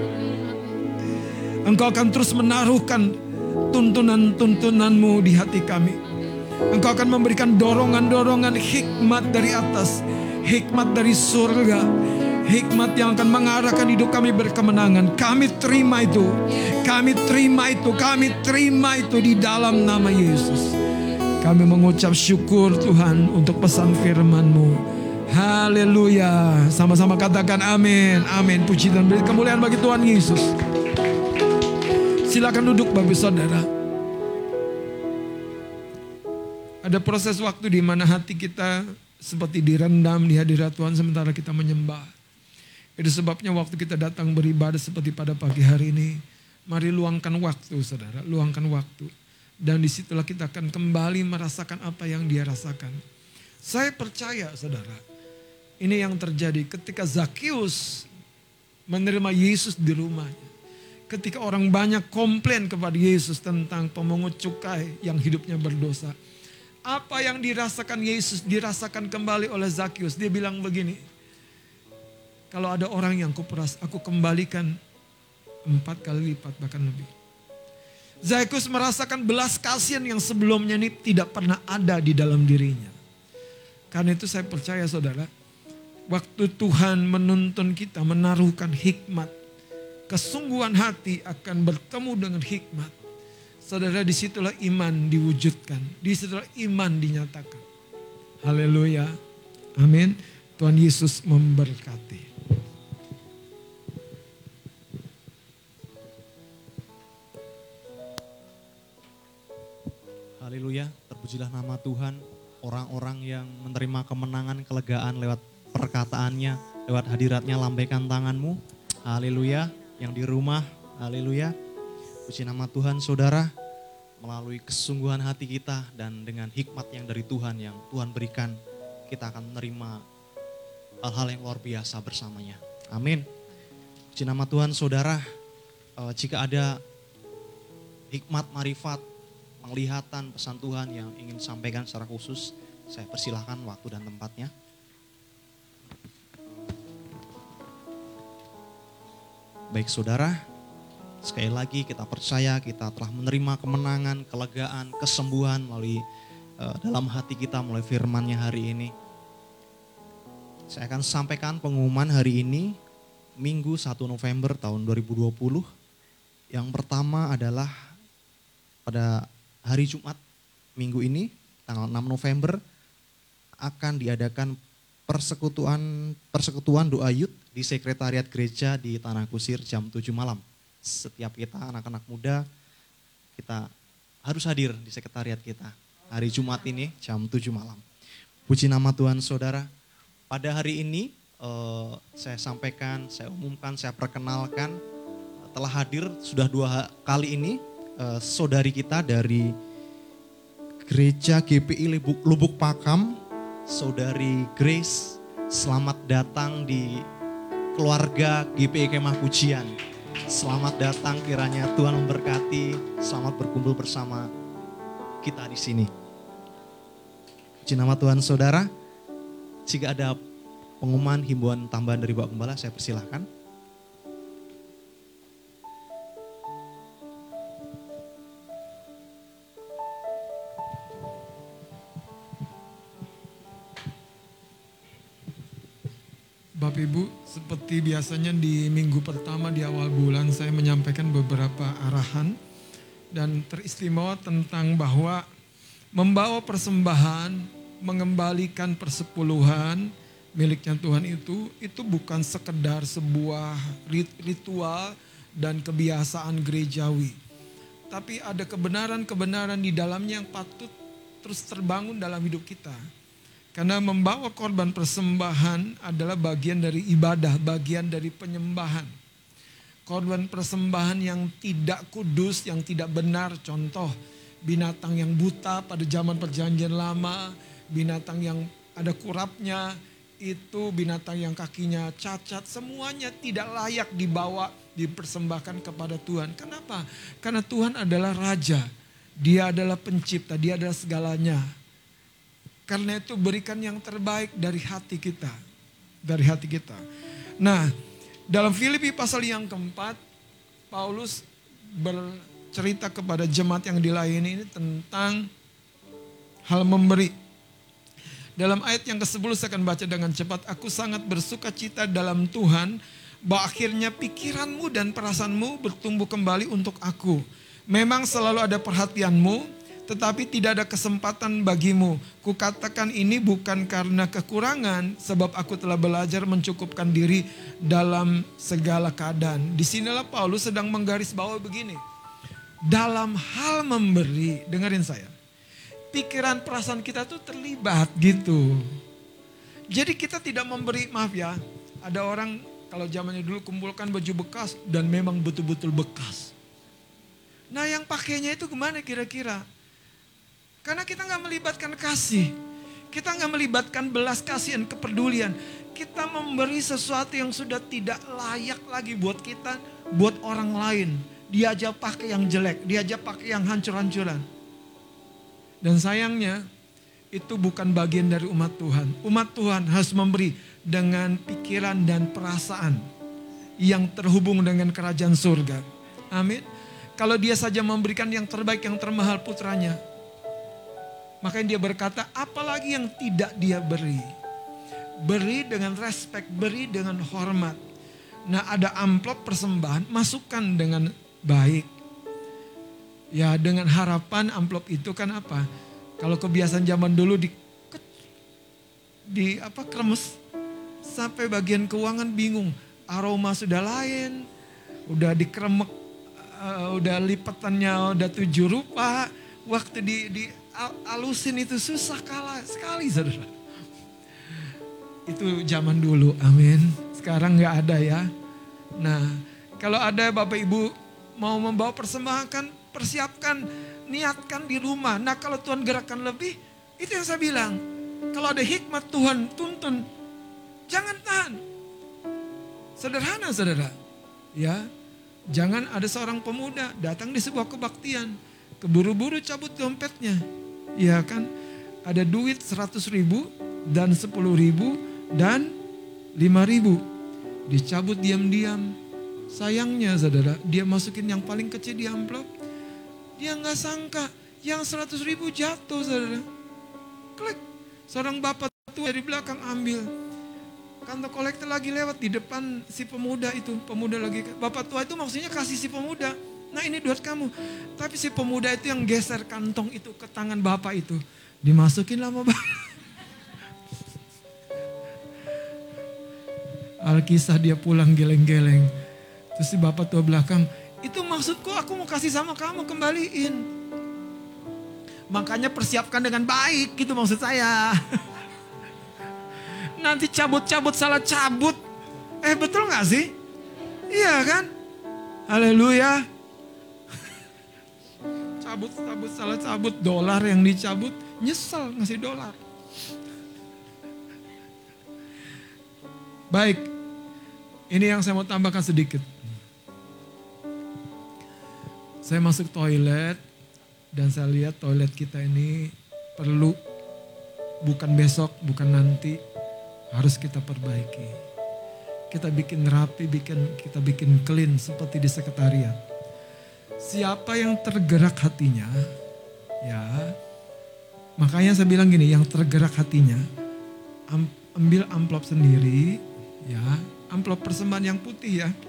Engkau akan terus menaruhkan tuntunan-tuntunan-Mu di hati kami. Engkau akan memberikan dorongan-dorongan hikmat dari atas, hikmat dari surga, hikmat yang akan mengarahkan hidup kami berkemenangan. Kami terima itu, kami terima itu, kami terima itu di dalam nama Yesus. Kami mengucap syukur Tuhan untuk pesan firman-Mu. Haleluya. Sama-sama katakan amin. Amin. Puji dan beri kemuliaan bagi Tuhan Yesus. Silakan duduk Bapak Saudara. Ada proses waktu di mana hati kita seperti direndam di hadirat Tuhan sementara kita menyembah. Itu sebabnya waktu kita datang beribadah seperti pada pagi hari ini, mari luangkan waktu Saudara, luangkan waktu. Dan disitulah kita akan kembali merasakan apa yang Dia rasakan. Saya percaya Saudara, ini yang terjadi ketika Zakeus menerima Yesus di rumahnya. Ketika orang banyak komplain kepada Yesus tentang pemungut cukai yang hidupnya berdosa. Apa yang dirasakan Yesus dirasakan kembali oleh Zakeus. Dia bilang begini, kalau ada orang yang kuperas, aku kembalikan 4 kali lipat bahkan lebih. Zakeus merasakan belas kasihan yang sebelumnya ini tidak pernah ada di dalam dirinya. Karena itu saya percaya Saudara, waktu Tuhan menuntun kita menaruhkan hikmat kesungguhan hati akan bertemu dengan hikmat. Saudara, disitulah iman diwujudkan. Disitulah iman dinyatakan. Haleluya. Amin. Tuhan Yesus memberkati. Haleluya, terpujilah nama Tuhan. Orang-orang yang menerima kemenangan, kelegaan lewat perkataannya, lewat hadiratnya, lambaikan tanganmu. Haleluya, yang di rumah, haleluya. Puji nama Tuhan saudara, melalui kesungguhan hati kita dan dengan hikmat yang dari Tuhan yang Tuhan berikan, kita akan menerima hal-hal yang luar biasa bersamanya. Amin. Puji nama Tuhan saudara, jika ada hikmat, marifat, penglihatan, pesan Tuhan yang ingin disampaikan secara khusus, saya persilahkan waktu dan tempatnya. Baik saudara, sekali lagi kita percaya kita telah menerima kemenangan, kelegaan, kesembuhan melalui dalam hati kita melalui firman-Nya hari ini. Saya akan sampaikan pengumuman hari ini, Minggu 1 November tahun 2020. Yang pertama adalah pada hari Jumat minggu ini, tanggal 6 November, akan diadakan persekutuan doa youth di sekretariat gereja di Tanah Kusir jam 7 malam. Setiap kita anak-anak muda, kita harus hadir di sekretariat kita hari Jumat ini jam 7 malam. Puji nama Tuhan saudara. Pada hari ini saya sampaikan, saya umumkan, saya perkenalkan, telah hadir sudah 2 kali ini saudari kita dari Gereja GPI Lubuk Pakam, Saudari Grace. Selamat datang di keluarga GPI Kemah Pujian. Selamat datang, kiranya Tuhan memberkati. Selamat berkumpul bersama kita di sini. Puji nama Tuhan saudara. Jika ada pengumuman, himbauan, tambahan dari Bapak Gembala, saya persilahkan. Bapak Ibu, seperti biasanya di minggu pertama di awal bulan saya menyampaikan beberapa arahan dan teristimewa tentang bahwa membawa persembahan, mengembalikan persepuluhan miliknya Tuhan itu bukan sekedar sebuah ritual dan kebiasaan gerejawi. Tapi ada kebenaran-kebenaran di dalamnya yang patut terus terbangun dalam hidup kita. Karena membawa korban persembahan adalah bagian dari ibadah, bagian dari penyembahan. Korban persembahan yang tidak kudus, yang tidak benar, contoh binatang yang buta pada zaman perjanjian lama, binatang yang ada kurapnya, itu binatang yang kakinya cacat, semuanya tidak layak dibawa, dipersembahkan kepada Tuhan. Kenapa? Karena Tuhan adalah Raja, Dia adalah pencipta, Dia adalah segalanya. Karena itu berikan yang terbaik dari hati kita. Dari hati kita. Nah, dalam Filipi pasal yang keempat, Paulus bercerita kepada jemaat yang dilayani ini tentang hal memberi. Dalam ayat yang ke-10 saya akan baca dengan cepat. Aku sangat bersuka cita dalam Tuhan, bahwa akhirnya pikiranmu dan perasaanmu bertumbuh kembali untuk aku. Memang selalu ada perhatianmu, tetapi tidak ada kesempatan bagimu. Kukatakan ini bukan karena kekurangan, sebab aku telah belajar mencukupkan diri dalam segala keadaan. Disinilah Paulus sedang menggarisbawahi begini. Dalam hal memberi, dengerin saya. Pikiran perasaan kita tuh terlibat gitu. Jadi kita tidak memberi, maaf ya. Ada orang kalau zamannya dulu kumpulkan baju bekas dan memang betul-betul bekas. Nah yang pakainya itu kemana kira-kira? Karena kita gak melibatkan kasih. Kita gak melibatkan belas kasihan, kepedulian. Kita memberi sesuatu yang sudah tidak layak lagi buat kita, buat orang lain. Dia aja pakai yang jelek, dia aja pakai yang hancur-hancuran. Dan sayangnya itu bukan bagian dari umat Tuhan. Umat Tuhan harus memberi dengan pikiran dan perasaan yang terhubung dengan kerajaan surga. Amin. Kalau dia saja memberikan yang terbaik, yang termahal putranya, makanya dia berkata, apalagi yang tidak dia beri. Beri dengan respek, beri dengan hormat. Nah, ada amplop persembahan, masukkan dengan baik. Ya, dengan harapan amplop itu kan apa? Kalau kebiasaan zaman dulu kremes sampai bagian keuangan bingung. Aroma sudah lain, udah dikremek, udah lipatannya udah 7 rupa. Waktu alusin itu susah sekali, saudara. Itu zaman dulu, amin. Sekarang nggak ada ya. Nah, kalau ada Bapak Ibu mau membawa persembahan, persiapkan, niatkan di rumah. Nah, kalau Tuhan gerakkan lebih, itu yang saya bilang. Kalau ada hikmat Tuhan tuntun, jangan tahan. Sederhana, saudara. Ya, jangan ada seorang pemuda datang di sebuah kebaktian, keburu-buru cabut dompetnya. Ya kan, ada duit 100.000 dan 10.000 dan 5.000. Dicabut diam-diam. Sayangnya saudara, dia masukin yang paling kecil di amplop. Dia nggak sangka yang 100.000 jatuh, saudara. Klik, seorang bapak tua di belakang ambil. Kantong kolektor lagi lewat di depan si pemuda itu. Pemuda lagi, bapak tua itu maksudnya kasih si pemuda. Nah, ini duit kamu. Tapi si pemuda itu yang geser kantong itu ke tangan bapak itu. Dimasukin lama banget. Alkisah dia pulang geleng-geleng. Terus si bapak tua belakang, itu maksudku, aku mau kasih sama kamu, kembaliin. Makanya persiapkan dengan baik, gitu maksud saya. Nanti cabut-cabut salah cabut. Betul gak sih? Iya kan? Haleluya. Cabut-cabut salah cabut, dolar yang dicabut, nyesel ngasih dolar. Baik, ini yang saya mau tambahkan sedikit. Saya masuk toilet dan saya lihat toilet kita ini perlu, bukan besok, bukan nanti, harus kita perbaiki. Kita bikin rapi, kita bikin clean seperti di sekretariat. Siapa yang tergerak hatinya, ya, makanya saya bilang gini, yang tergerak hatinya, ambil amplop sendiri, ya, amplop persembahan yang putih ya.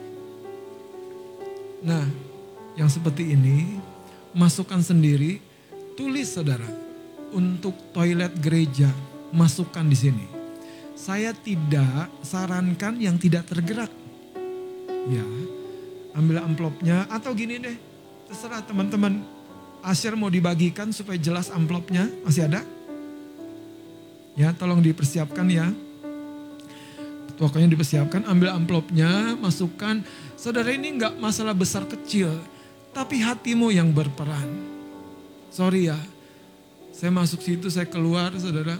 Nah, yang seperti ini, masukkan sendiri, tulis saudara, untuk toilet gereja, masukkan di sini. Saya tidak sarankan yang tidak tergerak. Ya, ambil amplopnya atau gini deh, terserah teman-teman. Asyir mau dibagikan supaya jelas amplopnya, masih ada? Ya, tolong dipersiapkan ya. Pokoknya dipersiapkan, ambil amplopnya, masukkan. Saudara, ini enggak masalah besar kecil, tapi hatimu yang berperan. Sorry ya, saya masuk situ, saya keluar, saudara.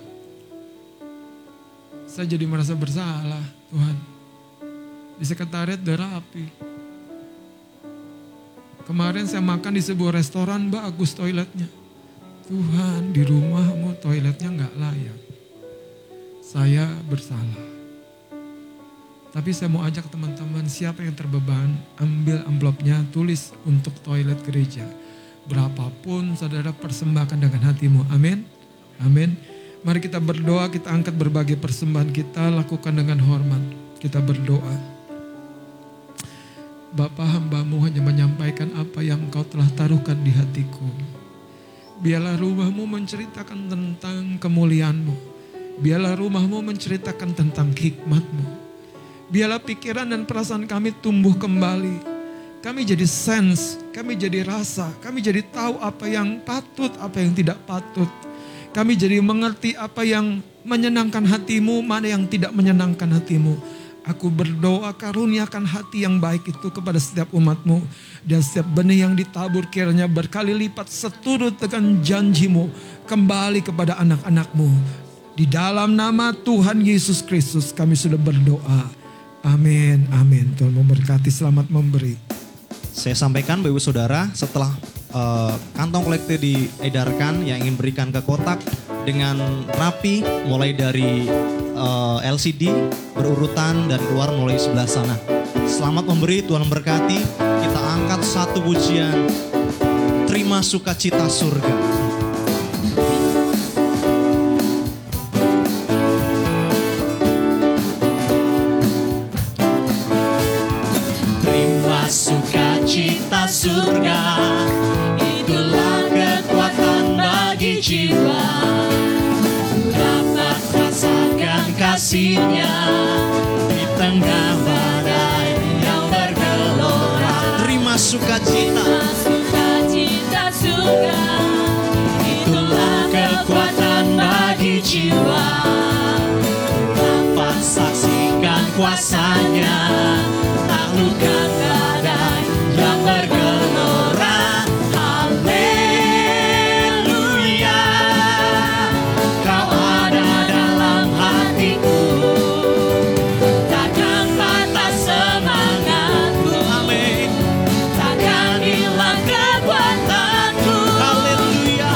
Saya jadi merasa bersalah, Tuhan. Di sekretariat udah rapi. Kemarin saya makan di sebuah restoran, bagus toiletnya. Tuhan, di rumahmu toiletnya enggak layak. Saya bersalah. Tapi saya mau ajak teman-teman, siapa yang terbeban, ambil amplopnya, tulis untuk toilet gereja. Berapapun saudara persembahkan dengan hatimu. Amin. Amin. Mari kita berdoa, kita angkat berbagai persembahan kita, lakukan dengan hormat. Kita berdoa. Bapa, hamba-Mu hanya menyampaikan apa yang Engkau telah taruhkan di hatiku. Biarlah rumah-Mu menceritakan tentang kemuliaan-Mu. Biarlah rumah-Mu menceritakan tentang hikmat-Mu. Biarlah pikiran dan perasaan kami tumbuh kembali. Kami jadi sense, kami jadi rasa, kami jadi tahu apa yang patut, apa yang tidak patut. Kami jadi mengerti apa yang menyenangkan hatimu, mana yang tidak menyenangkan hatimu. Aku berdoa karuniakan hati yang baik itu kepada setiap umatmu. Dan setiap benih yang ditabur kiranya berkali lipat seturut dengan janjimu kembali kepada anak-anakmu. Di dalam nama Tuhan Yesus Kristus kami sudah berdoa. Amin, amin. Tuhan memberkati, selamat memberi. Saya sampaikan Bapak Ibu Saudara, setelah kantong kolektif diedarkan yang ingin berikan ke kotak dengan rapi, mulai dari LCD berurutan dan keluar mulai sebelah sana. Selamat memberi, Tuhan memberkati. Kita angkat satu pujian, terima sukacita surga. kasih-Nya di tengah badai yang bergelora. Terima sukacita, Sukacita surga, itulah kekuatan bagi jiwa. Dapat saksikan kuasa-Nya, taklukkan badai yang bergelora. Haleluya, Kau ada dalam hatiku, takkan patah semangatku. amin. Takkan hilang kekuatanku. Haleluya,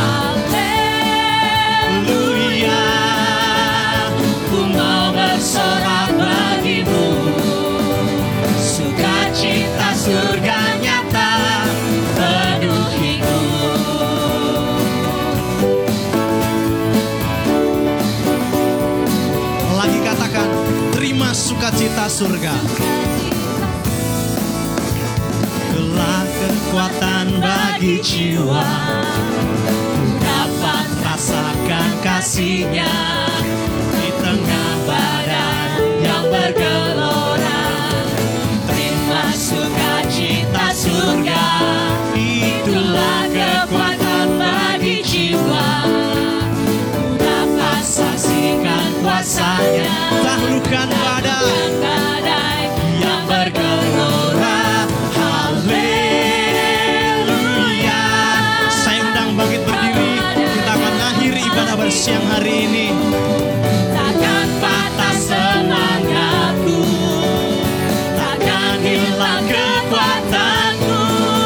Haleluya, ku mau bersorak bagimu. Sukacita surga nyata penuhiku. lagi katakan, terima sukacita surga. Itulah kekuatan bagi jiwa, dapat rasakan kasih-Nya di tengah badai yang bergelora. Terima sukacita surga, itulah kekuatan bagi jiwa. Dapat saksikan kuasa-Nya, Taklukkan badai, badai yang bergelora. Haleluya. saya undang bangkit berdiri. Kita akan akhiri ibadah bersiang hari ini. Takkan patah semangatku, takkan hilang kekuatanku.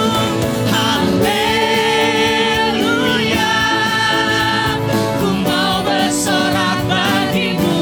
Haleluya, ku mau bersorak bagimu.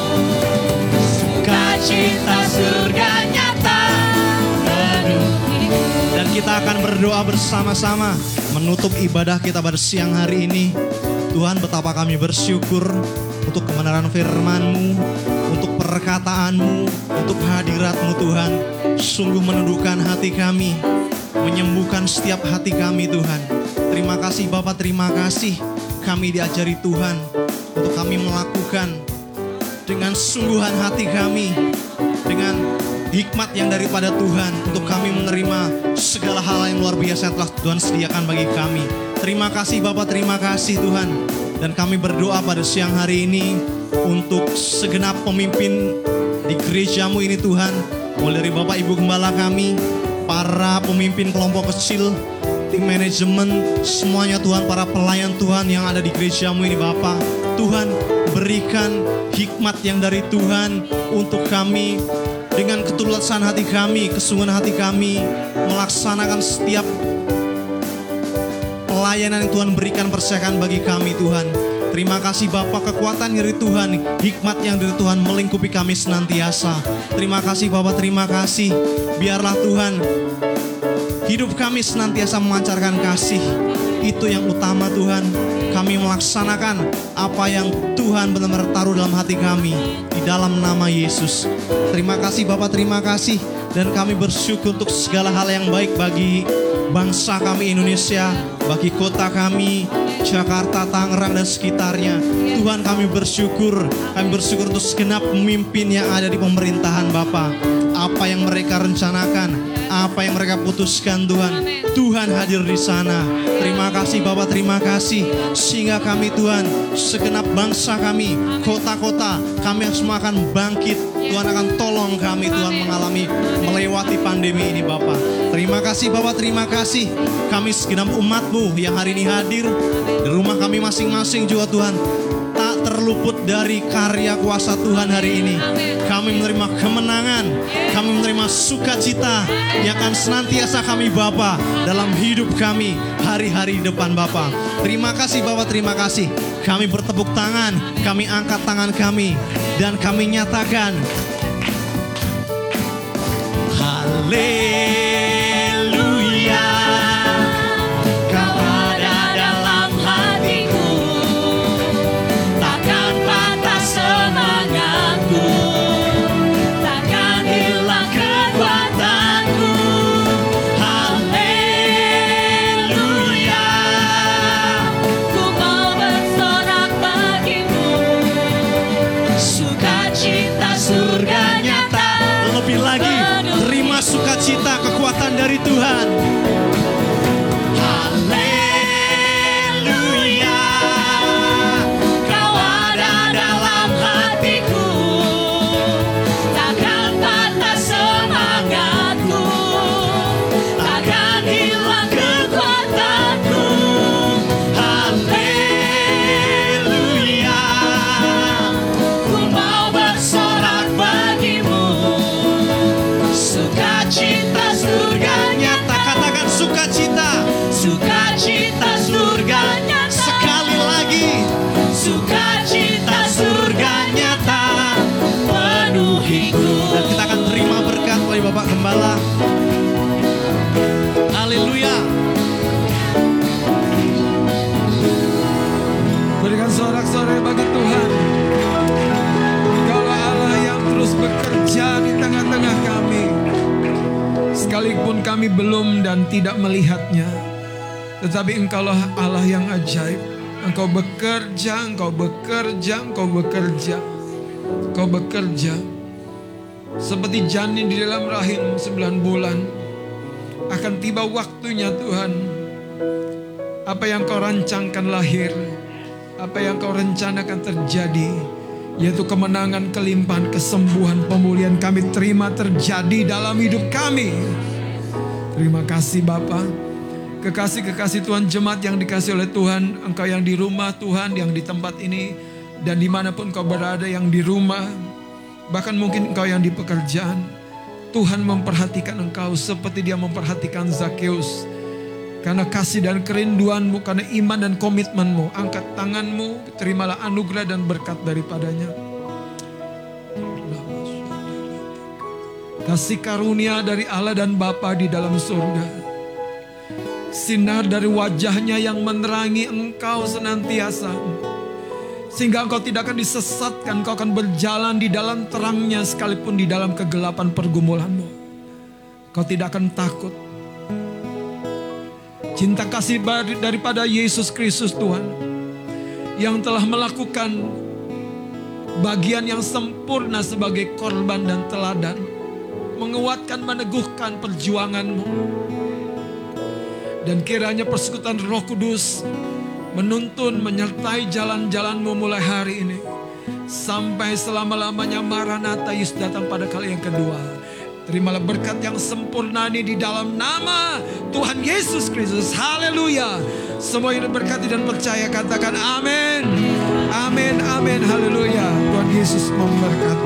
Sukacita surga nyata penuhiku. Dan kita akan berdoa bersama-sama menutup ibadah kita pada siang hari ini. Tuhan, betapa kami bersyukur untuk kebenaran firman-Mu, untuk perkataan-Mu, untuk hadirat-Mu Tuhan. Sungguh menundukkan hati kami, menyembuhkan setiap hati kami Tuhan. Terima kasih Bapa, terima kasih kami diajari Tuhan untuk kami melakukan dengan sungguhan hati kami, dengan hikmat yang daripada Tuhan untuk kami menerima segala hal yang luar biasa yang telah Tuhan sediakan bagi kami. Terima kasih Bapa, terima kasih Tuhan. Dan kami berdoa pada siang hari ini untuk segenap pemimpin di gereja-Mu ini Tuhan. Mulai dari Bapak Ibu Gembala kami, para pemimpin kelompok kecil, tim manajemen, semuanya Tuhan, para pelayan Tuhan yang ada di gereja-Mu ini Bapa. Tuhan, berikan hikmat yang dari Tuhan untuk kami, dengan ketulusan hati kami, kesungguhan hati kami, melaksanakan setiap pelayanan yang Tuhan berikan, percayakan bagi kami Tuhan. Terima kasih Bapa, kekuatan dari Tuhan, hikmat yang dari Tuhan melingkupi kami senantiasa. Terima kasih Bapa, terima kasih. Biarlah Tuhan, hidup kami senantiasa memancarkan kasih. Itu yang utama Tuhan. Kami melaksanakan apa yang Tuhan benar-benar taruh dalam hati kami, di dalam nama Yesus. Terima kasih Bapa, terima kasih. Dan kami bersyukur untuk segala hal yang baik bagi bangsa kami Indonesia, bagi kota kami Jakarta, Tangerang dan sekitarnya. Tuhan, kami bersyukur untuk segenap pemimpin yang ada di pemerintahan Bapa. Apa yang mereka rencanakan, apa yang mereka putuskan Tuhan, Tuhan hadir di sana. Terima kasih Bapa, terima kasih. Sehingga kami Tuhan, segenap bangsa kami, kota-kota, kami yang semua akan bangkit. Tuhan akan tolong kami Tuhan melewati pandemi ini Bapa. Terima kasih Bapa, terima kasih. Kami segenap umat-Mu yang hari ini hadir di rumah kami masing-masing juga Tuhan, tak terluput dari karya kuasa Tuhan hari ini. Kami menerima kemenangan, kami menerima sukacita yang akan senantiasa kami Bapa dalam hidup kami hari-hari di depan Bapa. Terima kasih Bapa, terima kasih. Kami bertepuk tangan, kami angkat tangan kami, dan kami nyatakan Haleluya, Kau ada dalam hatiku, Takkan patah semangatku, takkan hilang kekuatanku. Haleluya, ku mau bersorak bagimu. Sukacita sekalipun kami belum dan tidak melihatnya. Tetapi Engkaulah Allah yang ajaib. Engkau bekerja, Engkau bekerja, Engkau bekerja. Engkau bekerja. Seperti janin di dalam rahim 9 bulan. Akan tiba waktunya Tuhan. Apa yang Kau rancangkan lahir. Apa yang Kau rencanakan terjadi. Yaitu kemenangan, kelimpahan, kesembuhan, pemulihan kami terima terjadi dalam hidup kami. Terima kasih Bapa. Kekasih-kekasih Tuhan, jemaat yang dikasih oleh Tuhan, Engkau yang di rumah Tuhan, yang di tempat ini, dan dimanapun Kau berada, yang di rumah, bahkan mungkin Engkau yang di pekerjaan, Tuhan memperhatikan Engkau seperti Dia memperhatikan Zakeus. Karena kasih dan kerinduanmu, karena iman dan komitmenmu, angkat tanganmu, terimalah anugerah dan berkat daripadanya. Kasih karunia dari Allah dan Bapa di dalam surga. Sinar dari wajahnya yang menerangi engkau senantiasa. Sehingga engkau tidak akan disesatkan, engkau akan berjalan di dalam terangnya sekalipun di dalam kegelapan pergumulanmu. Engkau tidak akan takut. Cinta kasih daripada Yesus Kristus Tuhan, yang telah melakukan bagian yang sempurna sebagai korban dan teladan, menguatkan, meneguhkan perjuanganmu. Dan kiranya persekutuan Roh Kudus menuntun, menyertai jalan-jalanmu mulai hari ini. Sampai selama-lamanya Maranatha, Yesus datang pada kali yang kedua. Terimalah berkat yang sempurna ini di dalam nama Tuhan Yesus Kristus. Haleluya. Semua yang diberkati dan percaya katakan amin. Amin, amin, haleluya. Tuhan Yesus memberkati.